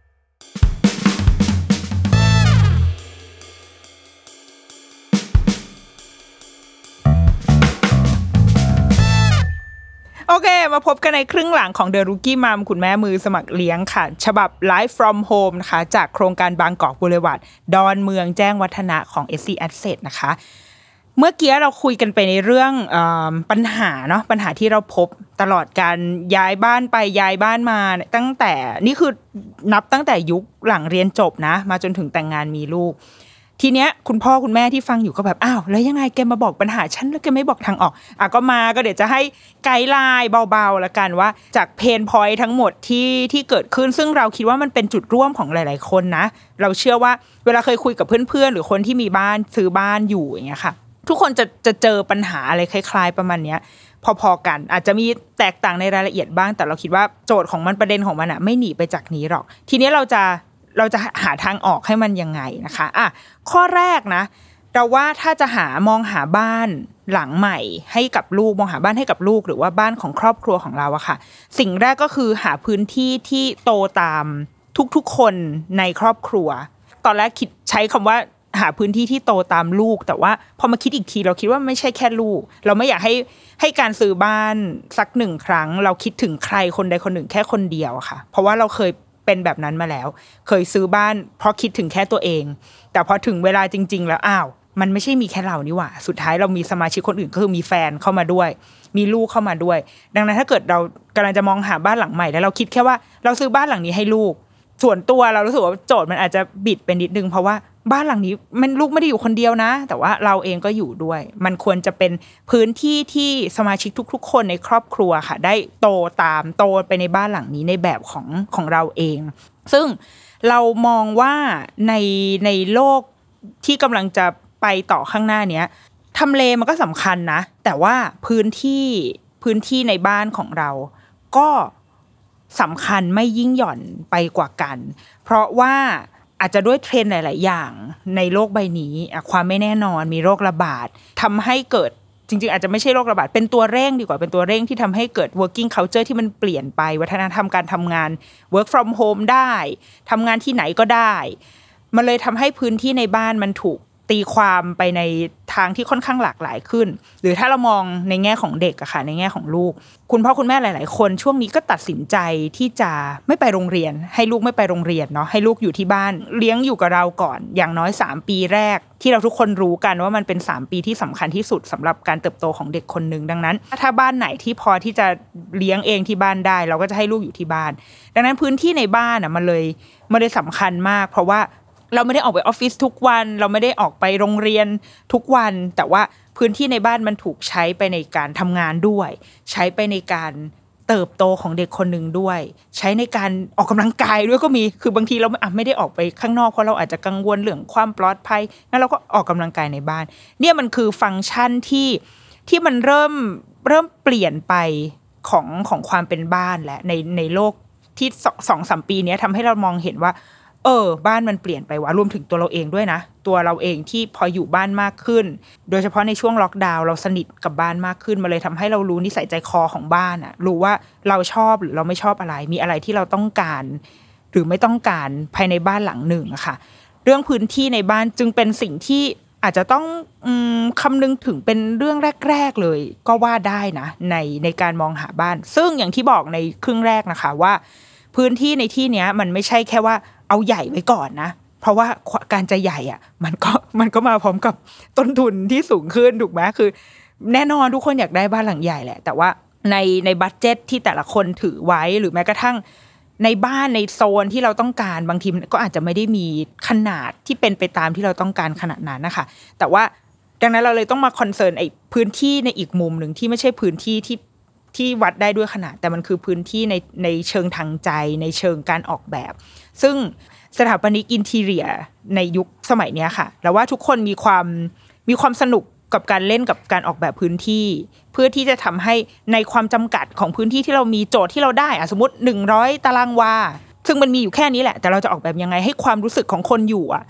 โอเคมาพบกันในครึ่งหลังของ The Rookie Mom คุณแม่มือสมัครเลี้ยงค่ะฉบับ Live from Home นะคะจากโครงการบางกอกบูเลวัร์ดดอนเมืองแจ้งวัฒนะของ SC Asset นะคะเมื่อกี้เราคุยกันไปในเรื่องปัญหาเนาะปัญหาที่เราพบตลอดการย้ายบ้านไปย้ายบ้านมาตั้งแต่นี่คือนับตั้งแต่ยุคหลังเรียนจบนะมาจนถึงแต่งงานมีลูกทีเนี้ยคุณพ่อคุณแม่ที่ฟังอยู่ก็แบบอ้าวแล้วยังไงแกมาบอกปัญหาฉันแล้วแกไม่บอกทางออกก็เดี๋ยวจะให้ไกด์ไลน์เบาๆละกันว่าจากเพนพอยท์ทั้งหมดที่เกิดขึ้นซึ่งเราคิดว่ามันเป็นจุดร่วมของหลายๆคนนะเราเชื่อว่าเวลาเคยคุยกับเพื่อนๆหรือคนที่มีบ้านซื้อบ้านอยู่อย่างเงี้ยค่ะทุกคนจะเจอปัญหาอะไรคล้ายๆประมาณเนี้ยพอๆกันอาจจะมีแตกต่างในรายละเอียดบ้างแต่เราคิดว่าโจทย์ของมันประเด็นของมันอ่ะไม่หนีไปจากนี้หรอกทีนี้เราจะหาทางออกให้มันยังไงนะคะข้อแรกนะเราว่าถ้าจะมองหาบ้านหลังใหม่ให้กับลูกมองหาบ้านให้กับลูกหรือว่าบ้านของครอบครัวของเราอะค่ะสิ่งแรกก็คือหาพื้นที่ที่โตตามทุกๆคนในครอบครัวตอนแรกคิดใช้คำว่าหาพื้นที่ที่โตตามลูกแต่ว่าพอมาคิดอีกทีเราคิดว่าไม่ใช่แค่ลูกเราไม่อยากให้การซื้อบ้านสัก1ครั้งเราคิดถึงใครคนใดคนหนึ่งแค่คนเดียวอะค่ะเพราะว่าเราเคยเป็นแบบนั้นมาแล้วเคยซื้อบ้านเพราะคิดถึงแค่ตัวเองแต่พอถึงเวลาจริงๆแล้วมันไม่ใช่มีแค่เรานี่หว่าสุดท้ายเรามีสมาชิกคนอื่นก็คือมีแฟนเข้ามาด้วยมีลูกเข้ามาด้วยดังนั้นถ้าเกิดเรากำลังจะมองหาบ้านหลังใหม่แล้วเราคิดแค่ว่าเราซื้อบ้านหลังนี้ให้ลูกส่วนตัวเรารู้สึกว่าโจทย์มันอาจจะบิดไปนิดนึงเพราะว่าบ้านหลังนี้มันลูกไม่ได้อยู่คนเดียวนะแต่ว่าเราเองก็อยู่ด้วยมันควรจะเป็นพื้นที่ที่สมาชิกทุกๆคนในครอบครัวค่ะได้โตไปในบ้านหลังนี้ในแบบของเราเองซึ่งเรามองว่าในโลกที่กำลังจะไปต่อข้างหน้าเนี้ยทำเลมันก็สำคัญนะแต่ว่าพื้นที่ในบ้านของเราก็สำคัญไม่ยิ่งหย่อนไปกว่ากันเพราะว่าอาจจะด้วยเทรนด์หลายๆอย่างในโลกใบนี้ความไม่แน่นอนมีโรคระบาดทำให้เกิดจริงๆอาจจะไม่ใช่โรคระบาดเป็นตัวเร่งดีกว่าเป็นตัวเร่งที่ทำให้เกิด working culture ที่มันเปลี่ยนไปวัฒนธรรมการทำงาน work from home ได้ทำงานที่ไหนก็ได้มันเลยทำให้พื้นที่ในบ้านมันถูกตีความไปในทางที่ค่อนข้างหลากหลายขึ้นหรือถ้าเรามองในแง่ของเด็กอะค่ะในแง่ของลูกคุณพ่อคุณแม่หลายๆคนช่วงนี้ก็ตัดสินใจที่จะไม่ไปโรงเรียนให้ลูกไม่ไปโรงเรียนเนาะให้ลูกอยู่ที่บ้านเลี้ยงอยู่กับเราก่อนอย่างน้อย3ปีแรกที่เราทุกคนรู้กันว่ามันเป็น3ปีที่สำคัญที่สุดสำหรับการเติบโตของเด็กคนนึงดังนั้นถ้าบ้านไหนที่พอที่จะเลี้ยงเองที่บ้านได้เราก็จะให้ลูกอยู่ที่บ้านดังนั้นพื้นที่ในบ้านอะมันเลยสำคัญมากเพราะว่าเราไม่ได้ออกไปออฟฟิศทุกวันเราไม่ได้ออกไปโรงเรียนทุกวันแต่ว่าพื้นที่ในบ้านมันถูกใช้ไปในการทำงานด้วยใช้ไปในการเติบโตของเด็กคนนึงด้วยใช้ในการออกกำลังกายด้วยก็มีคือบางทีเราไม่ได้ออกไปข้างนอกเพราะเราอาจจะกังวลเรื่องความปลอดภัยงั้นเราก็ออกกำลังกายในบ้านเนี่ยมันคือฟังก์ชันที่มันเริ่มเปลี่ยนไปของความเป็นบ้านและในโลกที่ 2-3 ปีนี้ทำให้เรามองเห็นว่าบ้านมันเปลี่ยนไปว่ารวมถึงตัวเราเองด้วยนะตัวเราเองที่พออยู่บ้านมากขึ้นโดยเฉพาะในช่วงล็อกดาวน์เราสนิทกับบ้านมากขึ้นมาเลยทำให้เรารู้นิสัยใจคอของบ้านรู้ว่าเราชอบหรือเราไม่ชอบอะไรมีอะไรที่เราต้องการหรือไม่ต้องการภายในบ้านหลังหนึ่งอะค่ะเรื่องพื้นที่ในบ้านจึงเป็นสิ่งที่อาจจะต้องคำนึงถึงเป็นเรื่องแรกๆเลยก็ว่าได้นะในการมองหาบ้านซึ่งอย่างที่บอกในครึ่งแรกนะคะว่าพื้นที่ในที่เนี้ยมันไม่ใช่แค่ว่าเอาใหญ่ไว้ก่อนนะเพราะว่าการจะใหญ่มันก็มาพร้อมกับต้นทุนที่สูงขึ้นถูกไหมคือแน่นอนทุกคนอยากได้บ้านหลังใหญ่แหละแต่ว่าในบัดเจ็ตที่แต่ละคนถือไว้หรือแม้กระทั่งในบ้านในโซนที่เราต้องการบางทีก็อาจจะไม่ได้มีขนาดที่เป็นไปตามที่เราต้องการขนาดนั้นนะคะแต่ว่าดังนั้นเราเลยต้องมาคอนเซิร์นไอ้พื้นที่ในอีกมุมหนึ่งที่ไม่ใช่พื้นที่ที่วัดได้ด้วยขนาดแต่มันคือพื้นที่ในเชิงทางใจในเชิงการออกแบบซึ่งสถาปนิกอินทีเรียในยุคสมัยนี้ค่ะแล้วว่าทุกคนมีความสนุกกับการเล่นกับการออกแบบพื้นที่เพื่อที่จะทำให้ในความจำกัดของพื้นที่ที่เรามีโจทย์ที่เราได้สมมติ100 ตารางวาซึ่งมันมีอยู่แค่นี้แหละแต่เราจะออกแบบยังไงให้ความรู้สึกของคนอยู่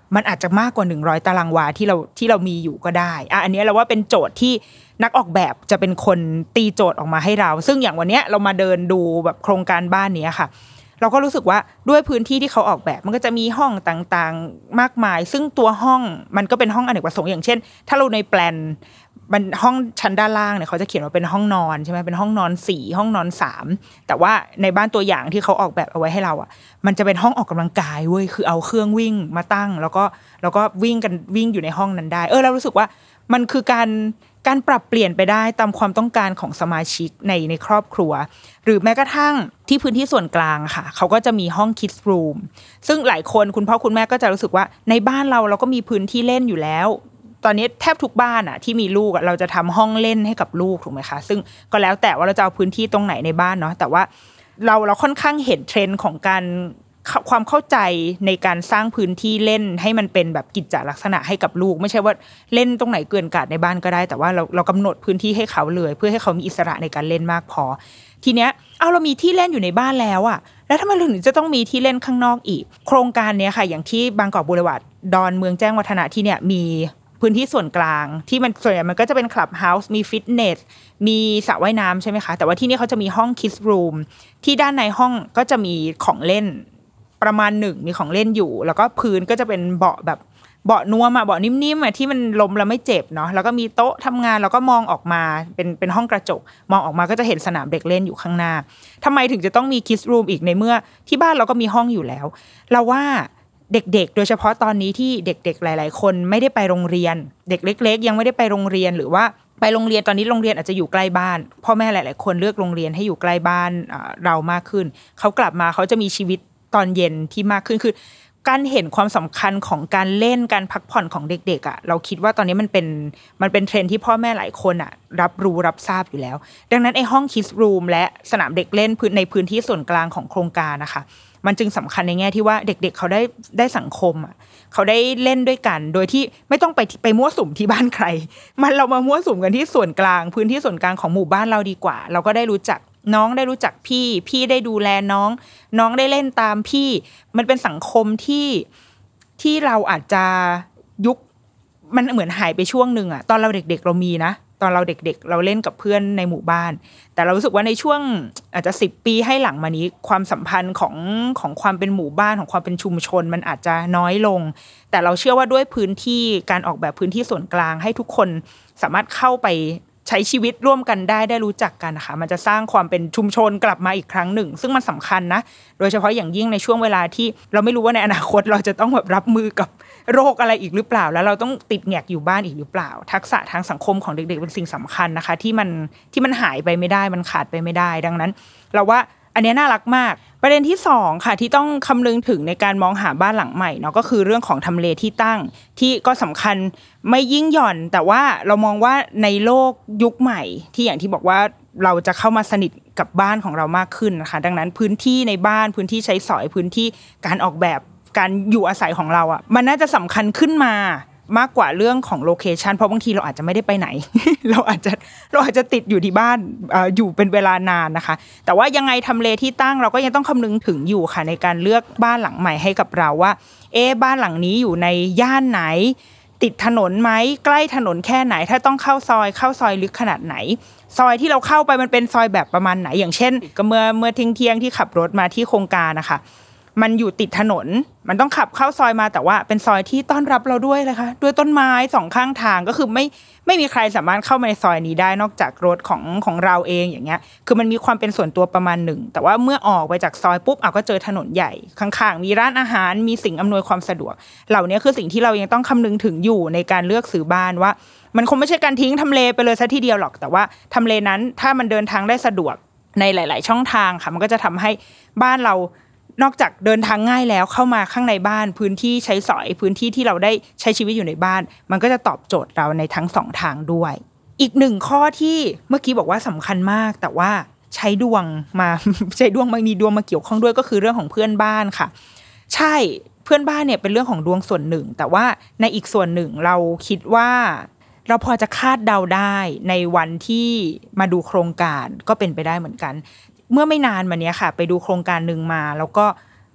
มันอาจจะมากกว่า100ตารางวาที่เรามีอยู่ก็ได้อันนี้เราว่าเป็นโจทย์ที่นักออกแบบจะเป็นคนตีโจทย์ออกมาให้เราซึ่งอย่างวันนี้เรามาเดินดูแบบโครงการบ้านนี้ค่ะเราก็รู้สึกว่าด้วยพื้นที่ที่เขาออกแบบมันก็จะมีห้องต่างๆมากมายซึ่งตัวห้องมันก็เป็นห้องอเนกประสงค์อย่างเช่นถ้าเราในแปลนมันห้องชั้นด้านล่างเนี่ยเขาจะเขียนว่าเป็นห้องนอนใช่ไหมเป็นห้องนอน4ห้องนอน3แต่ว่าในบ้านตัวอย่างที่เขาออกแบบเอาไว้ให้เราอ่ะมันจะเป็นห้องออกกำลังกายเว้ยคือเอาเครื่องวิ่งมาตั้งแล้วก็วิ่งอยู่ในห้องนั้นได้เรารู้สึกว่ามันคือการปรับเปลี่ยนไปได้ตามความต้องการของสมาชิกในครอบครัวหรือแม้กระทั่งที่พื้นที่ส่วนกลางค่ะเขาก็จะมีห้อง kids room ซึ่งหลายคนคุณพ่อคุณแม่ก็จะรู้สึกว่าในบ้านเราก็มีพื้นที่เล่นอยู่แล้วตอนนี้แทบทุกบ้านอ่ะที่มีลูกเราจะทำห้องเล่นให้กับลูกถูกไหมคะซึ่งก็แล้วแต่ว่าเราจะเอาพื้นที่ตรงไหนในบ้านเนาะแต่ว่าเราค่อนข้างเห็นเทรนด์ของการความเข้าใจในการสร้างพื้นที่เล่นให้มันเป็นแบบกิจจลักษณะให้กับลูกไม่ใช่ว่าเล่นตรงไหนเกินกาดในบ้านก็ได้แต่ว่าเรากำหนดพื้นที่ให้เขาเลยเพื่อให้เขามีอิสระในการเล่นมากพอทีเนี้ยเรามีที่เล่นอยู่ในบ้านแล้วอ่ะแล้วทำไมเราถึงจะต้องมีที่เล่นข้างนอกอีกโครงการเนี้ยค่ะอย่างที่บางกอกบูเลวาร์ดดอนเมืองแจ้งวัฒนะที่เนี่ยมีพื้นที่ส่วนกลางที่มันส่วนใหญ่มันก็จะเป็นคลับเฮาส์มีฟิตเนสมีสระว่ายน้ำใช่ไหมคะแต่ว่าที่นี่เขาจะมีห้องคิดรูมที่ด้านในห้องก็จะมีของเล่นประมาณ1มีของเล่นอยู่แล้วก็พื้นก็จะเป็นเบาะแบบเบาะนวมเบาะนิ่มๆที่มันล้มแล้วไม่เจ็บเนาะแล้วก็มีโต๊ะทำงานแล้วก็มองออกมาเป็นห้องกระจกมองออกมาก็จะเห็นสนามเด็กเล่นอยู่ข้างหน้าทำไมถึงจะต้องมีคิดรูมอีกในเมื่อที่บ้านเราก็มีห้องอยู่แล้วเราว่าเด็กๆโดยเฉพาะตอนนี้ที่เด็กๆหลายๆคนไม่ได้ไปโรงเรียนเด็กเล็กๆยังไม่ได้ไปโรงเรียนหรือว่าไปโรงเรียนตอนนี้โรงเรียนอาจจะอยู่ใกล้บ้านพ่อแม่หลายๆคนเลือกโรงเรียนให้อยู่ใกล้บ้านเรามากขึ้นเขากลับมาเขาจะมีชีวิตตอนเย็นที่มากขึ้นคือการเห็นความสำคัญของการเล่นการพักผ่อนของเด็กๆเราคิดว่าตอนนี้มันเป็นเทรนด์ที่พ่อแม่หลายคนรับรู้รับทราบอยู่แล้วดังนั้นไอ้ห้องคิดรูมและสนามเด็กเล่นในพื้นที่ส่วนกลางของโครงการนะคะมันจึงสำคัญในแง่ที่ว่าเด็กๆเขาได้สังคมเขาได้เล่นด้วยกันโดยที่ไม่ต้องไปมั่วสุมที่บ้านใครเรามามั่วสุมกันที่ส่วนกลางพื้นที่ส่วนกลางของหมู่บ้านเราดีกว่าเราก็ได้รู้จักน้องได้รู้จักพี่ได้ดูแลน้องได้เล่นตามพี่มันเป็นสังคมที่เราอาจจะยุคมันเหมือนหายไปช่วงนึงตอนเราเด็กๆเรามีนะตอนเราเด็กๆเราเล่นกับเพื่อนในหมู่บ้านแต่เรารู้สึกว่าในช่วงอาจจะ10ปีให้หลังมานี้ความสัมพันธ์ของความเป็นหมู่บ้านของความเป็นชุมชนมันอาจจะน้อยลงแต่เราเชื่อว่าด้วยพื้นที่การออกแบบพื้นที่ส่วนกลางให้ทุกคนสามารถเข้าไปใช้ชีวิตร่วมกันได้รู้จักกันนะคะมันจะสร้างความเป็นชุมชนกลับมาอีกครั้งหนึ่งซึ่งมันสำคัญนะโดยเฉพาะอย่างยิ่งในช่วงเวลาที่เราไม่รู้ว่าในอนาคตเราจะต้องแบบรับมือกับโรคอะไรอีกหรือเปล่าแล้วเราต้องติดแงกอยู่บ้านอีกหรือเปล่าทักษะทางสังคมของเด็กๆเป็นสิ่งสำคัญนะคะที่มันหายไปไม่ได้มันขาดไปไม่ได้ดังนั้นเราว่าอันนี้น่ารักมากประเด็นที่2ค่ะที่ต้องคำนึงถึงในการมองหาบ้านหลังใหม่เนาะก็คือเรื่องของทำเลที่ตั้งที่ก็สำคัญไม่ยิ่งหย่อนแต่ว่าเรามองว่าในโลกยุคใหม่ที่อย่างที่บอกว่าเราจะเข้ามาสนิทกับบ้านของเรามากขึ้นนะคะดังนั้นพื้นที่ในบ้านพื้นที่ใช้สอยพื้นที่การออกแบบการอยู่อาศัยของเรามันน่าจะสำคัญขึ้นมามากกว่าเรื่องของโลเคชันเพราะบางทีเราอาจจะไม่ได้ไปไหน เราอาจจะติดอยู่ที่บ้านอยู่เป็นเวลานานนะคะแต่ว่ายังไงทำเลที่ตั้งเราก็ยังต้องคำนึงถึงอยู่ค่ะในการเลือกบ้านหลังใหม่ให้กับเราว่าบ้านหลังนี้อยู่ในย่านไหนติดถนนไหมใกล้ถนนแค่ไหนถ้าต้องเข้าซอยลึกขนาดไหนซอยที่เราเข้าไปมันเป็นซอยแบบประมาณไหนอย่างเช่นก็เมื่อเที่ยงที่ขับรถมาที่โครงการนะคะมันอยู่ติดถนนมันต้องขับเข้าซอยมาแต่ว่าเป็นซอยที่ต้อนรับเราด้วยเลยค่ะด้วยต้นไม้2ข้างทางก็คือไม่มีใครสามารถเข้ามาในซอยนี้ได้นอกจากรถของเราเองอย่างเงี้ยคือมันมีความเป็นส่วนตัวประมาณหนึ่งแต่ว่าเมื่อออกไปจากซอยปุ๊บก็เจอถนนใหญ่ข้างๆมีร้านอาหารมีสิ่งอำนวยความสะดวกเหล่านี้คือสิ่งที่เรายังต้องคำนึงถึงอยู่ในการเลือกซื้อบ้านว่ามันคงไม่ใช่การทิ้งทำเลไปเลยซะทีเดียวหรอกแต่ว่าทำเลนั้นถ้ามันเดินทางได้สะดวกในหลายๆช่องทางค่ะมันก็จะทำให้บ้านเรานอกจากเดินทางง่ายแล้วเข้ามาข้างในบ้านพื้นที่ใช้สอยพื้นที่ที่เราได้ใช้ชีวิตอยู่ในบ้านมันก็จะตอบโจทย์เราในทั้ง2ทางด้วยอีก1ข้อที่เมื่อกี้บอกว่าสำคัญมากแต่ว่าใช้ดวงมา ใช้ดวงมีดวงมาเกี่ยวข้องด้วยก็คือเรื่องของเพื่อนบ้านค่ะใช่เพื่อนบ้านเนี่ยเป็นเรื่องของดวงส่วนหนึ่งแต่ว่าในอีกส่วนหนึ่งเราคิดว่าเราพอจะคาดเดาได้ในวันที่มาดูโครงการก็เป็นไปได้เหมือนกันเมื่อไม่นานมานี้ค่ะไปดูโครงการนึงมาแล้วก็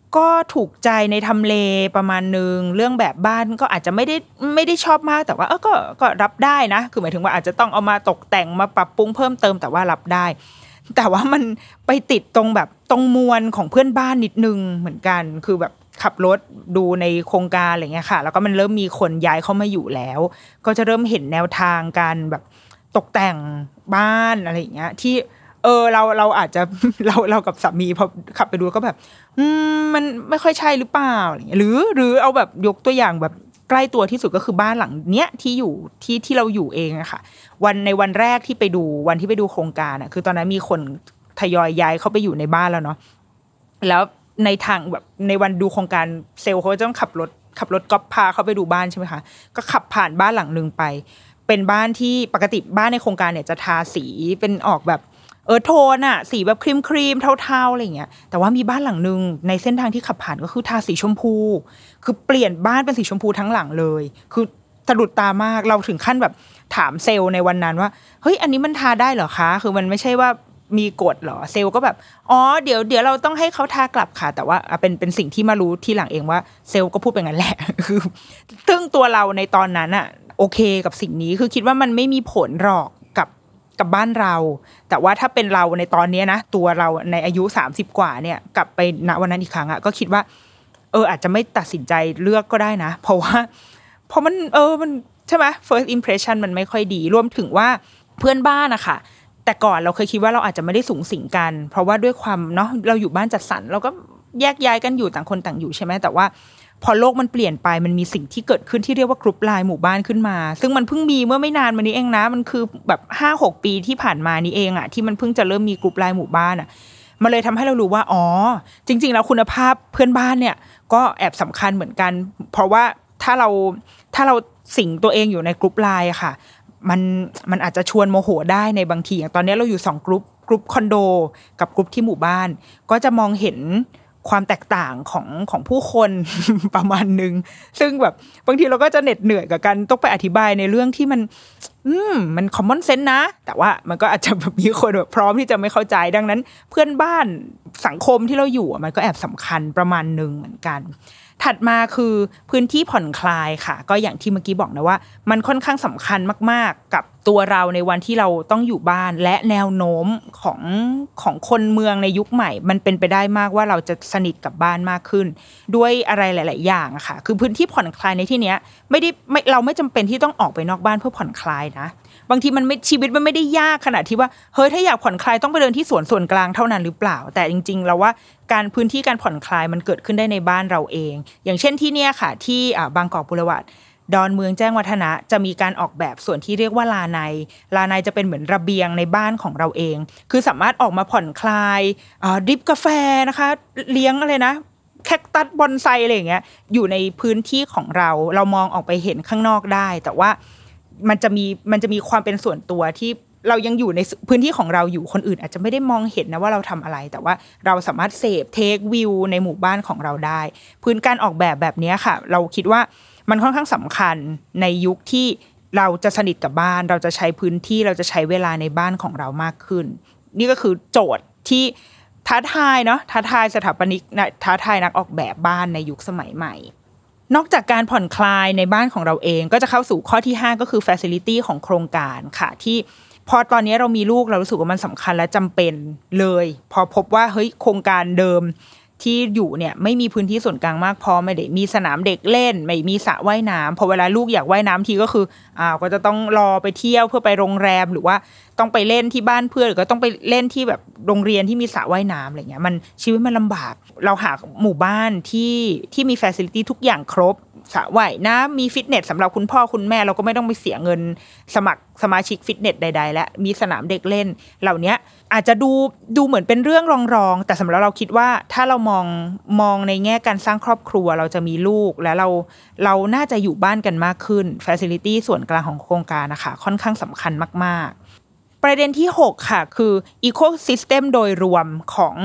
ก็ถูกใจในทำเลประมาณนึงเรื่องแบบบ้านก็อาจจะไม่ได้ชอบมากแต่ว่าก็รับได้นะคือหมายถึงว่าอาจจะต้องเอามาตกแต่งมาปรับปรุงเพิ่มเติมแต่ว่ารับได้แต่ว่ามันไปติดตรงแบบตรงมวลของเพื่อนบ้านนิดนึงเหมือนกันคือแบบขับรถดูในโครงการอะไรเงี้ยค่ะแล้วก็มันเริ่มมีคนย้ายเข้ามาอยู่แล้วก็จะเริ่มเห็นแนวทางการแบบตกแต่งบ้านอะไรอย่างเงี้ยที่เราอาจจะ เรากับสามีพอขับไปดูก็แบบมันไม่ค่อยใช่หรือเปล่าอะไรเงี้ยหรือเอาแบบยกตัวอย่างแบบใกล้ตัวที่สุดก็คือบ้านหลังเนี้ยที่อยู่ที่เราอยู่เองอะค่ะในวันแรกที่ไปดูวันที่ไปดูโครงการอะคือตอนนั้นมีคนทยอยย้ายเข้าไปอยู่ในบ้านแล้วเนาะแล้วในทางแบบในวันดูโครงการเซลล์เขาจะต้องขับรถก๊อปพาเข้าไปดูบ้านใช่ไหมคะก็ขับผ่านบ้านหลังนึงไปเป็นบ้านที่ปกติบ้านในโครงการเนี่ยจะทาสีเป็นออกแบบโทนอะสีแบบครีมเทาๆอะไรอย่างเงี้ยแต่ว่ามีบ้านหลังนึงในเส้นทางที่ขับผ่านก็คือทาสีชมพูคือเปลี่ยนบ้านเป็นสีชมพูทั้งหลังเลยคือสะดุดตามากเราถึงขั้นแบบถามเซลล์ในวันนั้นว่าเฮ้ยอันนี้มันทาได้เหรอคะคือมันไม่ใช่ว่ามีกฎเหรอเซลล์ก็แบบเดี๋ยวเราต้องให้เขาทากลับค่ะแต่ว่าเป็นสิ่งที่มารู้ทีหลังเองว่าเซลล์ก็พูดเป็นงั้นแหละคือซึ่งตัวเราในตอนนั้นอะโอเคกับสิ่งนี้คือคิดว่ามันไม่มีผลหรอกกับบ้านเราแต่ว่าถ้าเป็นเราในตอนนี้นะตัวเราในอายุ30กว่าเนี่ยกลับไปณวันนั้นอีกครั้งอะก็คิดว่าอาจจะไม่ตัดสินใจเลือกก็ได้นะเพราะมันมันใช่ไหม first impression มันไม่ค่อยดีรวมถึงว่าเพื่อนบ้านอะค่ะแต่ก่อนเราเคยคิดว่าเราอาจจะไม่ได้สูงสิงกันเพราะว่าด้วยความเนาะเราอยู่บ้านจัดสรรเราก็แยกย้ายกันอยู่ต่างคนต่างอยู่ใช่ไหมแต่ว่าพอโลกมันเปลี่ยนไปมันมีสิ่งที่เกิดขึ้นที่เรียกว่ากรุ๊ปไลน์หมู่บ้านขึ้นมาซึ่งมันเพิ่งมีเมื่อไม่นานมานี้เองนะมันคือแบบ 5-6 ปีที่ผ่านมานี้เองอะที่มันเพิ่งจะเริ่มมีกรุ๊ปไลน์หมู่บ้านอะมันเลยทำให้เรารู้ว่าจริงๆแล้วคุณภาพเพื่อนบ้านเนี่ยก็แอบสำคัญเหมือนกันเพราะว่าถ้าเราสิงตัวเองอยู่ในกรุ๊ปไลน์อะค่ะมันอาจจะชวนโมโหได้ในบางทีอย่างตอนนี้เราอยู่2กรุ๊ปคอนโดกับกรุ๊ปที่หมู่บ้านก็จะมองเห็นความแตกต่างของผู้คน ประมาณนึงซึ่งแบบบางทีเราก็จะเหน็ดเหนื่อยกับการต้องไปอธิบายในเรื่องที่มัน common sense นะแต่ว่ามันก็อาจจะแบบมีคนแบบพร้อมที่จะไม่เข้าใจดังนั้นเพื่อนบ้านสังคมที่เราอยู่มันก็แอบสำคัญประมาณนึงเหมือนกันถัดมาคือพื้นที่ผ่อนคลายค่ะก็อย่างที่เมื่อกี้บอกนะว่ามันค่อนข้างสำคัญมากๆกับตัวเราในวันที่เราต้องอยู่บ้านและแนวโน้มของคนเมืองในยุคใหม่มันเป็นไปได้มากว่าเราจะสนิทกับบ้านมากขึ้นด้วยอะไรหลายๆอย่างอะค่ะคือพื้นที่ผ่อนคลายในที่เนี้ยเราไม่จำเป็นที่ต้องออกไปนอกบ้านเพื่อผ่อนคลายนะบางทีชีวิตมันไม่ได้ยากขนาดที่ว่าเฮ้ยถ้าอยากผ่อนคลายต้องไปเดินที่สวนส่วนกลางเท่านั้นหรือเปล่าแต่จริงๆเราว่าพื้นที่การผ่อนคลายมันเกิดขึ้นได้ในบ้านเราเองอย่างเช่นที่เนี่ยค่ะที่บางกอกบูรวาดดอนเมืองแจ้งวัฒนะจะมีการออกแบบส่วนที่เรียกว่าลาในจะเป็นเหมือนระเบียงในบ้านของเราเองคือสามารถออกมาผ่อนคลายดริปกาแฟนะคะเลี้ยงอะไรนะแคคตัสบอนไซอะไรอย่างเงี้ยอยู่ในพื้นที่ของเรามองออกไปเห็นข้างนอกได้แต่ว่ามันจะมีความเป็นส่วนตัวที่เรายังอยู่ในพื้นที่ของเราอยู่คนอื่นอาจจะไม่ได้มองเห็นนะว่าเราทำอะไรแต่ว่าเราสามารถเสพเทควิวในหมู่บ้านของเราได้พื้นการออกแบบนี้ค่ะเราคิดว่ามันค่อนข้างสำคัญในยุคที่เราจะสนิทกับบ้านเราจะใช้พื้นที่เราจะใช้เวลาในบ้านของเรามากขึ้นนี่ก็คือโจทย์ที่ท้าทายเนาะท้าทายสถาปนิกท้าทายนักออกแบบบ้านในยุคสมัยใหม่นอกจากการผ่อนคลายในบ้านของเราเองก็จะเข้าสู่ข้อที่5ก็คือ facility ของโครงการค่ะที่พอตอนนี้เรามีลูกเรารู้สึกว่ามันสำคัญและจำเป็นเลยพอพบว่าเฮ้ยโครงการเดิมที่อยู่เนี่ยไม่มีพื้นที่ส่วนกลางมากพอไม่ได้มีสนามเด็กเล่นไม่มีสระว่ายน้ำพอเวลาลูกอยากว่ายน้ำทีก็คือก็จะต้องรอไปเที่ยวเพื่อไปโรงแรมหรือว่าต้องไปเล่นที่บ้านเพื่อนหรือก็ต้องไปเล่นที่แบบโรงเรียนที่มีสระว่ายน้ำอะไรเงี้ยมันชีวิตมันลำบากเราหาหมู่บ้านที่มี facility ทุกอย่างครบสระว่ายน้ำมีฟิตเนสสำหรับคุณพ่อคุณแม่เราก็ไม่ต้องไปเสียเงินสมัครสมาชิกฟิตเนสใดๆและมีสนามเด็กเล่นเหล่านี้อาจจะดูเหมือนเป็นเรื่องรองๆแต่สำหรับเราคิดว่าถ้าเรามองในแง่การสร้างครอบครัวเราจะมีลูกและเราน่าจะอยู่บ้านกันมากขึ้น facility ส่วนกลางของโครงการนะคะค่อนข้างสำคัญมากๆประเด็นที่6ค่ะคือ ecosystem โดยรวมของ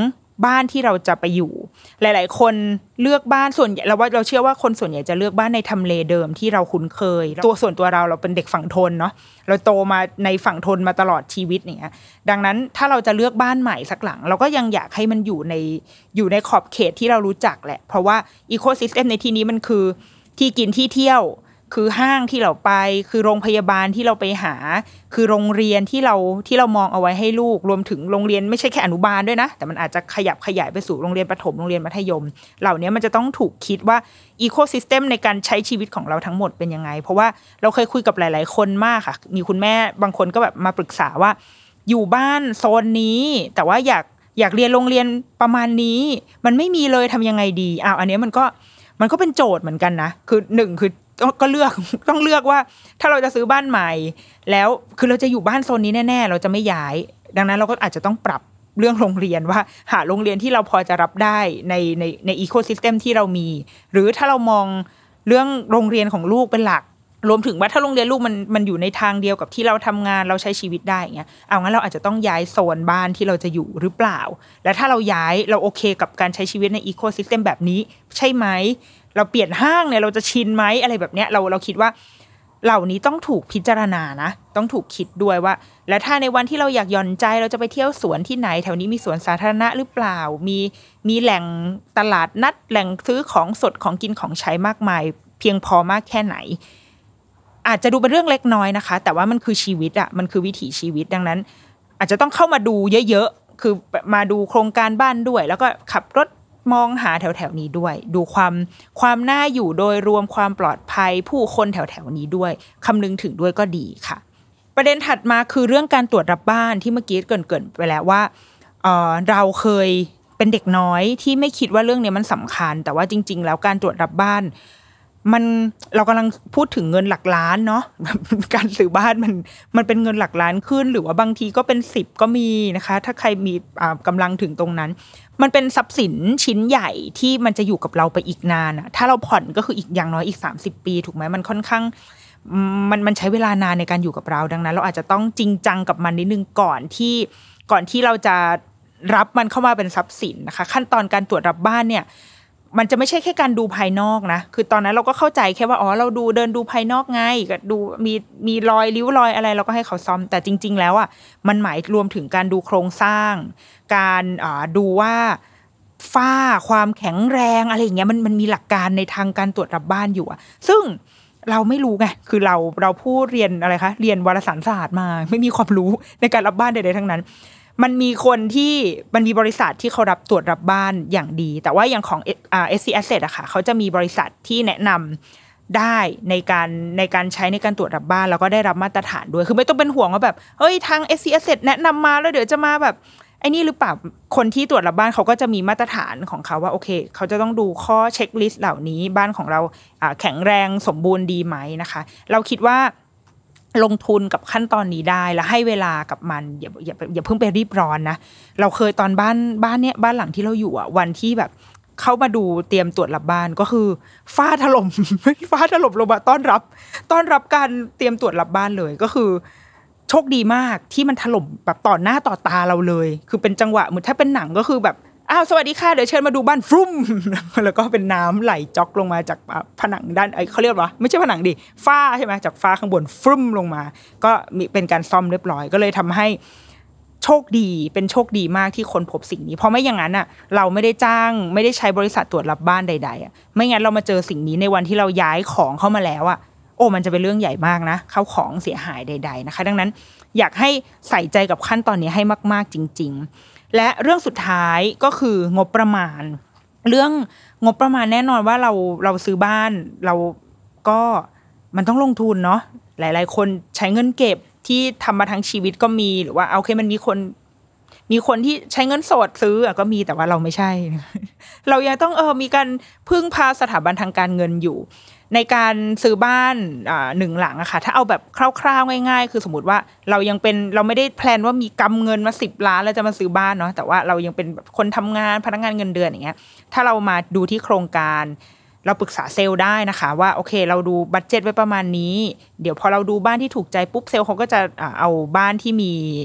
บ้านที่เราจะไปอยู่หลายๆคนเลือกบ้านส่วนใหญ่เราเชื่อว่าคนส่วนใหญ่จะเลือกบ้านในทำเลเดิมที่เราคุ้นเคยส่วนตัวเราเป็นเด็กฝั่งทนเนาะเราโตมาในฝั่งทนมาตลอดชีวิตอย่างเงี้ยดังนั้นถ้าเราจะเลือกบ้านใหม่สักหลังเราก็ยังอยากให้มันอยู่ในขอบเขตที่เรารู้จักแหละเพราะว่าอีโคซิสเต็มในที่นี้มันคือที่กินที่เที่ยวคือห้างที่เราไปคือโรงพยาบาลที่เราไปหาคือโรงเรียนที่เรามองเอาไว้ให้ลูกรวมถึงโรงเรียนไม่ใช่แค่อนุบาลด้วยนะแต่มันอาจจะขยับขยายไปสู่โรงเรียนประถมโรงเรียนมัธยมเหล่านี้มันจะต้องถูกคิดว่าอีโคซิสเต็มในการใช้ชีวิตของเราทั้งหมดเป็นยังไงเพราะว่าเราเคยคุยกับหลายๆคนมากค่ะมีคุณแม่บางคนก็แบบมาปรึกษาว่าอยู่บ้านโซนนี้แต่ว่าอยากเรียนโรงเรียนประมาณนี้มันไม่มีเลยทำยังไงดีอันนี้มันก็เป็นโจทย์เหมือนกันนะคือ1คือก็ต้องเลือกว่าถ้าเราจะซื้อบ้านใหม่แล้วคือเราจะอยู่บ้านโซนนี้แน่ๆเราจะไม่ย้ายดังนั้นเราก็อาจจะต้องปรับเรื่องโรงเรียนว่าหาโรงเรียนที่เราพอจะรับได้ในอีโคซิสเต็มที่เรามีหรือถ้าเรามองเรื่องโรงเรียนของลูกเป็นหลักรวมถึงว่าถ้าโรงเรียนลูกมันอยู่ในทางเดียวกับที่เราทำงานเราใช้ชีวิตได้อย่างเงี้ยงั้นเราอาจจะต้องย้ายโซนบ้านที่เราจะอยู่หรือเปล่าและถ้าเราย้ายเราโอเคกับการใช้ชีวิตในอีโคซิสเต็มแบบนี้ใช่ไหมเราเปลี่ยนห้างเนี่ยเราจะชินไหมอะไรแบบเนี้ยเราคิดว่าเหล่านี้ต้องถูกพิจารณานะต้องถูกคิดด้วยว่าและถ้าในวันที่เราอยากหย่อนใจเราจะไปเที่ยวสวนที่ไหนแถวนี้มีสวนสาธารณะหรือเปล่ามีแหล่งตลาดนัดแหล่งซื้อของสดของกินของใช้มากมายเพียงพอมากแค่ไหนอาจจะดูเป็นเรื่องเล็กน้อยนะคะแต่ว่ามันคือชีวิตอ่ะมันคือวิถีชีวิตดังนั้นอาจจะต้องเข้ามาดูเยอะๆคือมาดูโครงการบ้านด้วยแล้วก็ขับรถมองหาแถวๆนี้ด้วยดูความน่าอยู่โดยรวมความปลอดภัยผู้คนแถวๆนี้ด้วยคำนึงถึงด้วยก็ดีค่ะประเด็นถัดมาคือเรื่องการตรวจรับบ้านที่เมื่อกี้เกริ่นไปแล้วว่าเราเคยเป็นเด็กน้อยที่ไม่คิดว่าเรื่องนี้มันสำคัญแต่ว่าจริงๆแล้วการตรวจรับบ้านเรากำลังพูดถึงเงินหลักล้านเนาะ การซื้อบ้านมันเป็นเงินหลักล้านขึ้นหรือว่าบางทีก็เป็น10ก็มีนะคะถ้าใครมีกำลังถึงตรงนั้นมันเป็นทรัพย์สินชิ้นใหญ่ที่มันจะอยู่กับเราไปอีกนานถ้าเราผ่อนก็คืออีกอย่างน้อยอีก30ปีถูกไหมมันค่อนข้างมันใช้เวลานานในการอยู่กับเราดังนั้นเราอาจจะต้องจริงจังกับมันนิดนึงก่อนที่เราจะรับมันเข้ามาเป็นทรัพย์สินนะคะขั้นตอนการตรวจรับบ้านเนี่ยมันจะไม่ใช่แค่การดูภายนอกนะคือตอนนั้นเราก็เข้าใจแค่ว่าเราเดินดูภายนอกไงก็ดูมีรอยริ้วรอยอะไรเราก็ให้เขาซ่อมแต่จริงๆแล้วมันหมายรวมถึงการดูโครงสร้างการดูว่าฝ้าความแข็งแรงอะไรอย่างเงี้ยมันมีหลักการในทางการตรวจรับบ้านอยู่ซึ่งเราไม่รู้ไงคือเราผู้เรียนอะไรคะเรียนวารสารศาสตร์มาไม่มีความรู้ในการรับบ้านใดๆทั้งนั้นมันมีบริษัทที่เขารับตรวจรับบ้านอย่างดีแต่ว่าอย่างของSC Asset อะค่ะเขาจะมีบริษัทที่แนะนำได้ในการใช้ในการตรวจรับบ้านแล้วก็ได้รับมาตรฐานด้วยคือไม่ต้องเป็นห่วงว่าแบบเฮ้ยทาง SC Asset แนะนำมาแล้วเดี๋ยวจะมาแบบไอ้นี่หรือเปล่าคนที่ตรวจรับบ้านเขาก็จะมีมาตรฐานของเขาว่าโอเคเขาจะต้องดูข้อเช็คลิสต์เหล่านี้บ้านของเราแข็งแรงสมบูรณ์ดีไหมนะคะเราคิดว่าลงทุนกับขั้นตอนนี้ได้แล้วให้เวลากับมันอย่าเพิ่งไปรีบร้อนนะเราเคยตอนบ้านหลังที่เราอยู่วันที่แบบเข้ามาดูเตรียมตรวจรับบ้านก็คือฟ้าถล่ม ฟ้าถล่มลงมาต้อนรับการเตรียมตรวจรับบ้านเลยก็คือโชคดีมากที่มันถล่มแบบต่อหน้าต่อตาเราเลยคือเป็นจังหวะเหมือนถ้าเป็นหนังก็คือแบบสวัสดีค่ะเดี๋ยวเชิญมาดูบ้านฟรุ้ม แล้วก็เป็นน้ำไหลจ๊อกลงมาจากผนังด้านเขาเรียกว่าไม่ใช่ผนังดิฝ้าใช่ไหมจากฝ้าข้างบนฟรุ้มลงมาก็มีเป็นการซ่อมเรียบร้อยก็เลยทำให้โชคดีมากที่คนพบสิ่งนี้เพราะไม่อย่างนั้นเราไม่ได้ใช้บริษัทตรวจรับบ้านใดๆไม่งั้นเรามาเจอสิ่งนี้ในวันที่เราย้ายของเข้ามาแล้วมันจะเป็นเรื่องใหญ่มากนะเข้าของเสียหายใดๆนะคะดังนั้นอยากให้ใส่ใจกับขั้นตอนนี้ให้มากๆจริงๆและเรื่องสุดท้ายก็คืองบประมาณเรื่องงบประมาณแน่นอนว่าเราซื้อบ้านเราก็มันต้องลงทุนเนาะหลายๆคนใช้เงินเก็บที่ทำมาทั้งชีวิตก็มีหรือว่าโอเคมันมีคนที่ใช้เงินสดซื้อก็มีแต่ว่าเราไม่ใช่ เรายังต้องมีการพึ่งพาสถาบันทางการเงินอยู่ในการซื้อบ้าน1หลังอะค่ะถ้าเอาแบบคร่าวๆง่ายๆคือสมมติว่าเราไม่ได้แพลนว่ามีกำเงินมา10 ล้านแล้วจะมาซื้อบ้านเนาะแต่ว่าเรายังเป็นคนทำงานพนักงานเงินเดือนอย่างเงี้ยถ้าเรามาดูที่โครงการเราปรึกษาเซลล์ได้นะคะว่าโอเคเราดูบัดเจ็ตไว้ประมาณนี้เดี๋ยวพอเราดูบ้านที่ถูกใจปุ๊บเซลล์เขาก็จะเอาบ้านที่มี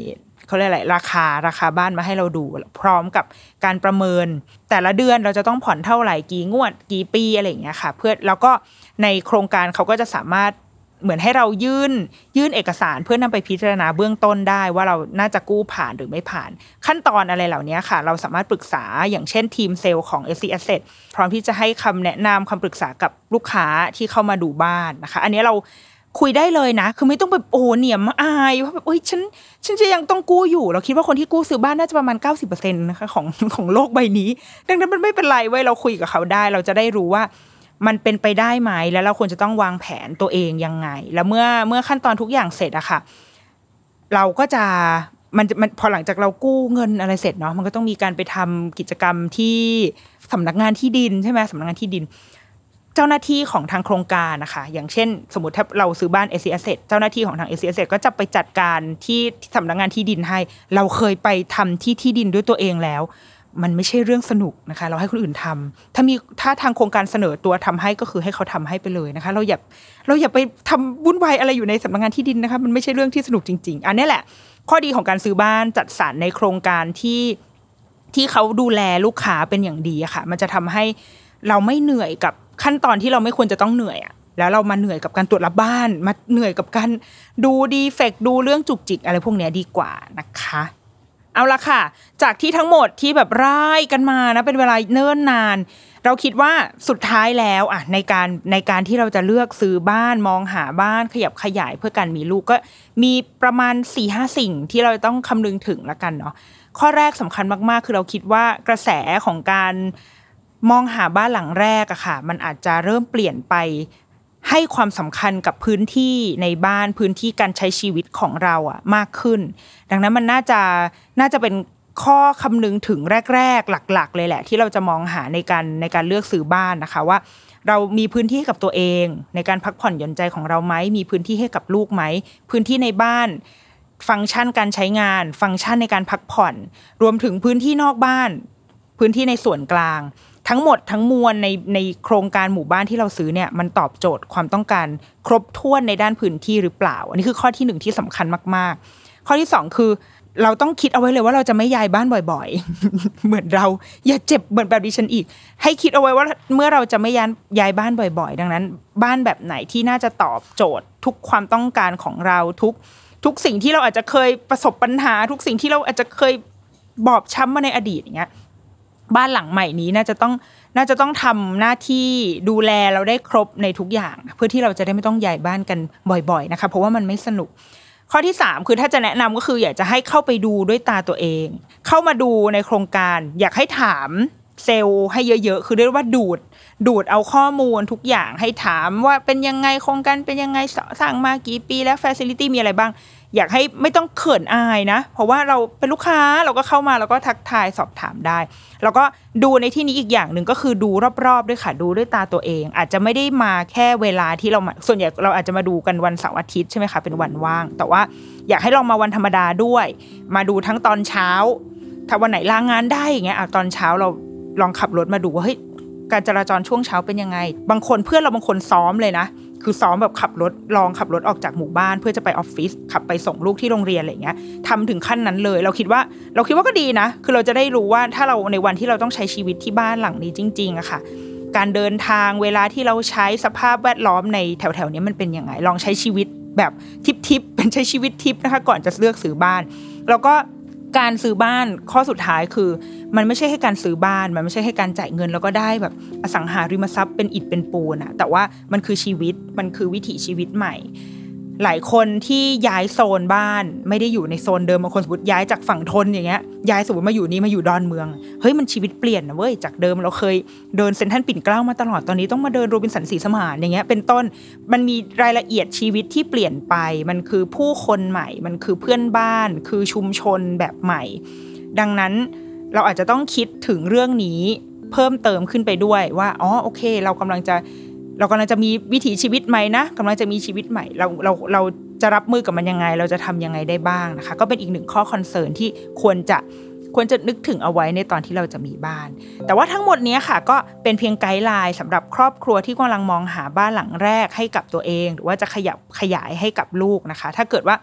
เขาเรียกอะไรราคาบ้านมาให้เราดูพร้อมกับการประเมินแต่ละเดือนเราจะต้องผ่อนเท่าไหร่กี่งวดกี่ปีอะไรอย่างเงี้ยค่ะเพื่อแล้วก็ในโครงการเขาก็จะสามารถเหมือนให้เรายื่นเอกสารเพื่อนำไปพิจารณาเบื้องต้นได้ว่าเราน่าจะกู้ผ่านหรือไม่ผ่านขั้นตอนอะไรเหล่านี้ค่ะเราสามารถปรึกษาอย่างเช่นทีมเซลล์ของ SC Asset พร้อมที่จะให้คำแนะนำคำปรึกษากับลูกค้าที่เข้ามาดูบ้านนะคะอันนี้เราคุยได้เลยนะคือไม่ต้องแบบโอ้เหนียมอายว่าแบบโอ๊ยฉันจะยังต้องกู้อยู่เราคิดว่าคนที่กู้ซื้อบ้านน่าจะประมาณ 90% นะคะของโลกใบนี้ดังนั้นมันไม่เป็นไรเว้ยเราคุยกับเขาได้เราจะได้รู้ว่ามันเป็นไปได้ไหมแล้วเราควรจะต้องวางแผนตัวเองยังไงแล้วเมื่อขั้นตอนทุกอย่างเสร็จอะค่ะเราก็จะมันพอหลังจากเรากู้เงินอะไรเสร็จเนาะมันก็ต้องมีการไปทำกิจกรรมที่สำนักงานที่ดินใช่ไหมสำนักงานที่ดินเจ้าหน้าที่ของทางโครงการนะคะอย่างเช่นสมมติถ้าเราซื้อบ้าน SC Asset เจ้าหน้าที่ของทาง SC Asset ก็จะไปจัดการที่สำนักงานที่ดินให้เราเคยไปทำที่ดินด้วยตัวเองแล้วมันไม่ใช่เรื่องสนุกนะคะเราให้คนอื่นทำถ้าทางโครงการเสนอตัวทำให้ก็คือให้เขาทำให้ไปเลยนะคะเราอย่าไปทำวุ่นวายอะไรอยู่ในสำนักงานที่ดินนะคะมันไม่ใช่เรื่องที่สนุกจริงๆอันนี้แหละข้อดีของการซื้อบ้านจัดสรรในโครงการที่เขาดูแลลูกค้าเป็นอย่างดีอะค่ะมันจะทำให้เราไม่เหนื่อยกับขั้นตอนที่เราไม่ควรจะต้องเหนื่อยอะแล้วเรามาเหนื่อยกับการตรวจรับบ้านมาเหนื่อยกับการดูดีเฟกต์ดูเรื่องจุกจิกอะไรพวกนี้ดีกว่านะคะเอาละค่ะจากที่ทั้งหมดที่แบบร่ายกันมานะเป็นเวลาเนิ่นนานเราคิดว่าสุดท้ายแล้วอ่ะในการที่เราจะเลือกซื้อบ้านมองหาบ้านขยับขยายเพื่อการมีลูกก็มีประมาณ 4-5 สิ่งที่เราต้องคำนึงถึงละกันเนาะข้อแรกสำคัญมากๆคือเราคิดว่ากระแสของการมองหาบ้านหลังแรกอะค่ะมันอาจจะเริ่มเปลี่ยนไปให้ความสำคัญกับพื้นที่ในบ้านพื้นที่การใช้ชีวิตของเราอะมากขึ้นดังนั้นมันน่าจะเป็นข้อคำนึงถึงแรกๆหลักๆเลยแหละที่เราจะมองหาในการเลือกซื้อบ้านนะคะว่าเรามีพื้นที่ให้กับตัวเองในการพักผ่อนหย่อนใจของเราไหมมีพื้นที่ให้กับลูกไหมพื้นที่ในบ้านฟังก์ชันการใช้งานฟังก์ชันในการพักผ่อนรวมถึงพื้นที่นอกบ้านพื้นที่ในส่วนกลางทั้งหมดทั้งมวลในโครงการหมู่บ้านที่เราซื้อเนี่ยมันตอบโจทย์ความต้องการครบถ้วนในด้านพื้นที่หรือเปล่าอันนี้คือข้อที่1ที่สำคัญมากๆข้อที่2คือเราต้องคิดเอาไว้เลยว่าเราจะไม่ย้ายบ้านบ่อยๆ เหมือนเราอย่าเจ็บเหมือนแบบดิฉันอีกให้คิดเอาไว้ว่าเมื่อเราจะไม่ย้ายบ้านบ่อยๆดังนั้นบ้านแบบไหนที่น่าจะตอบโจทย์ทุกความต้องการของเราทุกสิ่งที่เราอาจจะเคยประสบปัญหาทุกสิ่งที่เราอาจจะเคยบอบช้ำมาในอดีตอย่างเงี้ยบ้านหลังใหม่นี้น่าจะต้องทำหน้าที่ดูแลเราได้ครบในทุกอย่างเพื่อที่เราจะได้ไม่ต้องย้ายบ้านกันบ่อยๆนะคะเพราะว่ามันไม่สนุกข้อที่3คือถ้าจะแนะนำก็คืออยากจะให้เข้าไปดูด้วยตาตัวเองเข้ามาดูในโครงการอยากให้ถามเซลล์ให้เยอะๆคือเรียกว่าดูดเอาข้อมูลทุกอย่างให้ถามว่าเป็นยังไงโครงการเป็นยังไงสร้างมากี่ปีแล้ว facility มีอะไรบ้างอยากให้ไม่ต้องเขินอายนะเพราะว่าเราเป็นลูกค้าเราก็เข้ามาแล้วก็ทักทายสอบถามได้แล้วก็ดูในที่นี้อีกอย่างหนึ่งก็คือดูรอบๆด้วยค่ะดูด้วยตาตัวเองอาจจะไม่ได้มาแค่เวลาที่เรามาส่วนใหญ่เราอาจจะมาดูกันวันเสาร์อาทิตย์ใช่ไหมคะเป็นวันว่างแต่ว่าอยากให้ลองมาวันธรรมดาด้วยมาดูทั้งตอนเช้าถ้าวันไหนลางานได้อย่างเงี้ยตอนเช้าเราลองขับรถมาดูว่าเฮ้ยการจราจรช่วงเช้าเป็นยังไงบางคนเพื่อนเราบางคนซ้อมเลยนะคือซ้อมแบบขับรถออกจากหมู่บ้านเพื่อจะไปออฟฟิศขับไปส่งลูกที่โรงเรียนอะไรอย่างเงี้ยทำถึงขั้นนั้นเลยเราคิดว่าก็ดีนะคือเราจะได้รู้ว่าถ้าเราในวันที่เราต้องใช้ชีวิตที่บ้านหลังนี้จริงๆอะค่ะการเดินทางเวลาที่เราใช้สภาพแวดล้อมในแถวๆนี้มันเป็นยังไงลองใช้ชีวิตแบบทิปเป็นใช้ชีวิตทิปนะคะก่อนจะเลือกซื้อบ้านแล้วก็การซื้อบ้านข้อสุดท้ายคือมันไม่ใช่แค่การซื้อบ้านมันไม่ใช่แค่การจ่ายเงินแล้วก็ได้แบบอสังหาริมทรัพย์เป็นอิฐเป็นปูนอะแต่ว่ามันคือชีวิตมันคือวิถีชีวิตใหม่หลายคนที่ย้ายโซนบ้านไม่ได้อยู่ในโซนเดิมบางคนสมมติย้ายจากฝั่งทนอย่างเงี้ยย้ายสมมติมาอยู่นี่มาอยู่ดอนเมืองเฮ้ยมันชีวิตเปลี่ยนนะเว้ยจากเดิมเราเคยเดินเซ็นทรัลปิ่นเกล้ามาตลอดตอนนี้ต้องมาเดินโรบินสันศรีสมานอย่างเงี้ยเป็นต้นมันมีรายละเอียดชีวิตที่เปลี่ยนไปมันคือผู้คนใหม่มันคือเพื่อนบ้านคือชุมชนแบบใหม่ดังนั้นเราอาจจะต้องคิดถึงเรื่องนี้เพิ่มเติมขึ้นไปด้วยว่าอ๋อโอเคเรากำลังจะมีวิถีชีวิตใหม่นะกำลังจะมีชีวิตใหม่เราจะรับมือกับมันยังไงเราจะทำยังไงได้บ้างนะคะก็เป็นอีกหนึ่งข้อคอนเซิร์นที่ควรจะนึกถึงเอาไว้ในตอนที่เราจะมีบ้านแต่ว่าทั้งหมดนี้ค่ะก็เป็นเพียงไกด์ไลน์สำหรับครอบครัวที่กำลังมองหาบ้านหลังแรกให้กับตัวเองหรือว่าจะขยายให้กับลูกนะคะถ้าเกิดว่า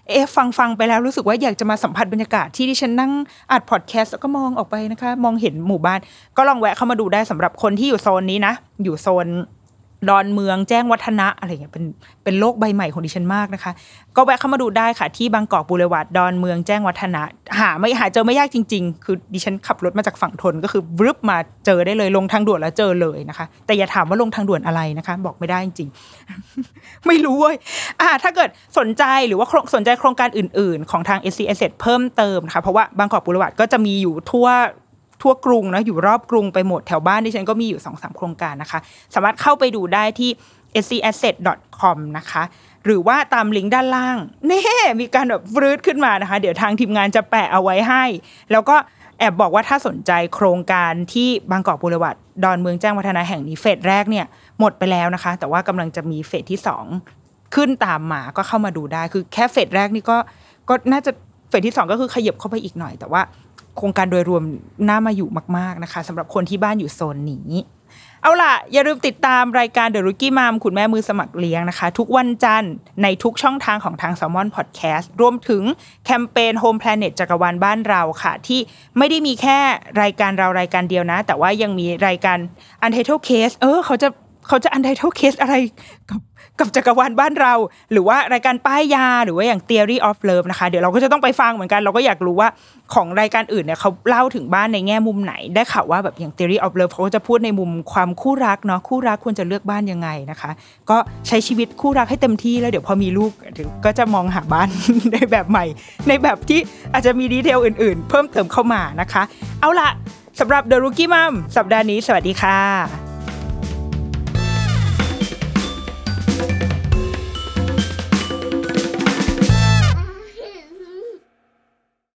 ฟังไปแล้วรู้สึกว่าอยากจะมาสัมผัสบรรยากาศที่ดิฉันนั่งอัดพอดแคสต์แล้วก็มองออกไปนะคะมองเห็นหมู่บ้านก็ลองแวะเข้ามาดูได้สำหรับคนที่อยู่โซนนี้นะอยู่โซนดอนเมืองแจ้งวัฒนะอะไรเงี้ยเป็นโลกใบใหม่ของดิฉันมากนะคะก็แวะเข้ามาดูได้ค่ะที่บางกอกบูเลวาร์ดดอนเมืองแจ้งวัฒนะหาเจอไม่ยากจริงๆคือดิฉันขับรถมาจากฝั่งทนก็คือวึบมาเจอได้เลยลงทางด่วนแล้วเจอเลยนะคะแต่อย่าถามว่าลงทางด่วนอะไรนะคะบอกไม่ได้จริงๆ ไม่รู้เว้ยถ้าเกิดสนใจหรือว่าสนใจโครงการอื่นๆของทาง SC Asset เพิ่มเติมนะคะเพราะว่าบางกอกบูเลวาร์ดก็จะมีอยู่ทั่วกรุงนะอยู่รอบกรุงไปหมดแถวบ้านดิฉันก็มีอยู่ 2-3 โครงการนะคะสามารถเข้าไปดูได้ที่ scasset.com นะคะหรือว่าตามลิงก์ด้านล่างนี่มีการแบบวืดขึ้นมานะคะเดี๋ยวทางทีมงานจะแปะเอาไว้ให้แล้วก็แอบบอกว่าถ้าสนใจโครงการที่บางกอกบูเลวาร์ดดอนเมืองแจ้งวัฒนะแห่งนี้เฟสแรกเนี่ยหมดไปแล้วนะคะแต่ว่ากำลังจะมีเฟสที่2ขึ้นตามมาก็เข้ามาดูได้คือแค่เฟสแรกนี่ก็น่าจะเฟสที่2ก็คือขยับเข้าไปอีกหน่อยแต่ว่าโครงการโดยรวมน่ามาอยู่มากๆนะคะสำหรับคนที่บ้านอยู่โซนนี้เอาล่ะอย่าลืมติดตามรายการ The Rookie Mom คุณแม่มือสมัครเลี้ยงนะคะทุกวันจันทร์ในทุกช่องทางของทาง Salmon Podcast รวมถึงแคมเปญ Home Planet จักรวาลบ้านเราค่ะที่ไม่ได้มีแค่รายการเรารายการเดียวนะแต่ว่ายังมีรายการ Untitled Case เขาจะ Untitled Case อะไรกับจักรวาลบ้านเราหรือว่ารายการป้ายยาหรือว่าอย่าง Theory of Love นะคะเดี๋ยวเราก็จะต้องไปฟังเหมือนกันเราก็อยากรู้ว่าของรายการอื่นเนี่ยเขาเล่าถึงบ้านในแง่มุมไหนได้ข่าวว่าแบบอย่าง Theory of Love เขาจะพูดในมุมความคู่รักเนาะคู่รักควรจะเลือกบ้านยังไงนะคะก็ใช้ชีวิตคู่รักให้เต็มที่แล้วเดี๋ยวพอมีลูกก็จะมองหาบ้าน ในแบบใหม่ในแบบที่อาจจะมีดีเทลอื่นๆเพิ่มเติมเข้ามานะคะเอาล่ะสำหรับ The Rookie Mom สัปดาห์นี้สวัสดีค่ะ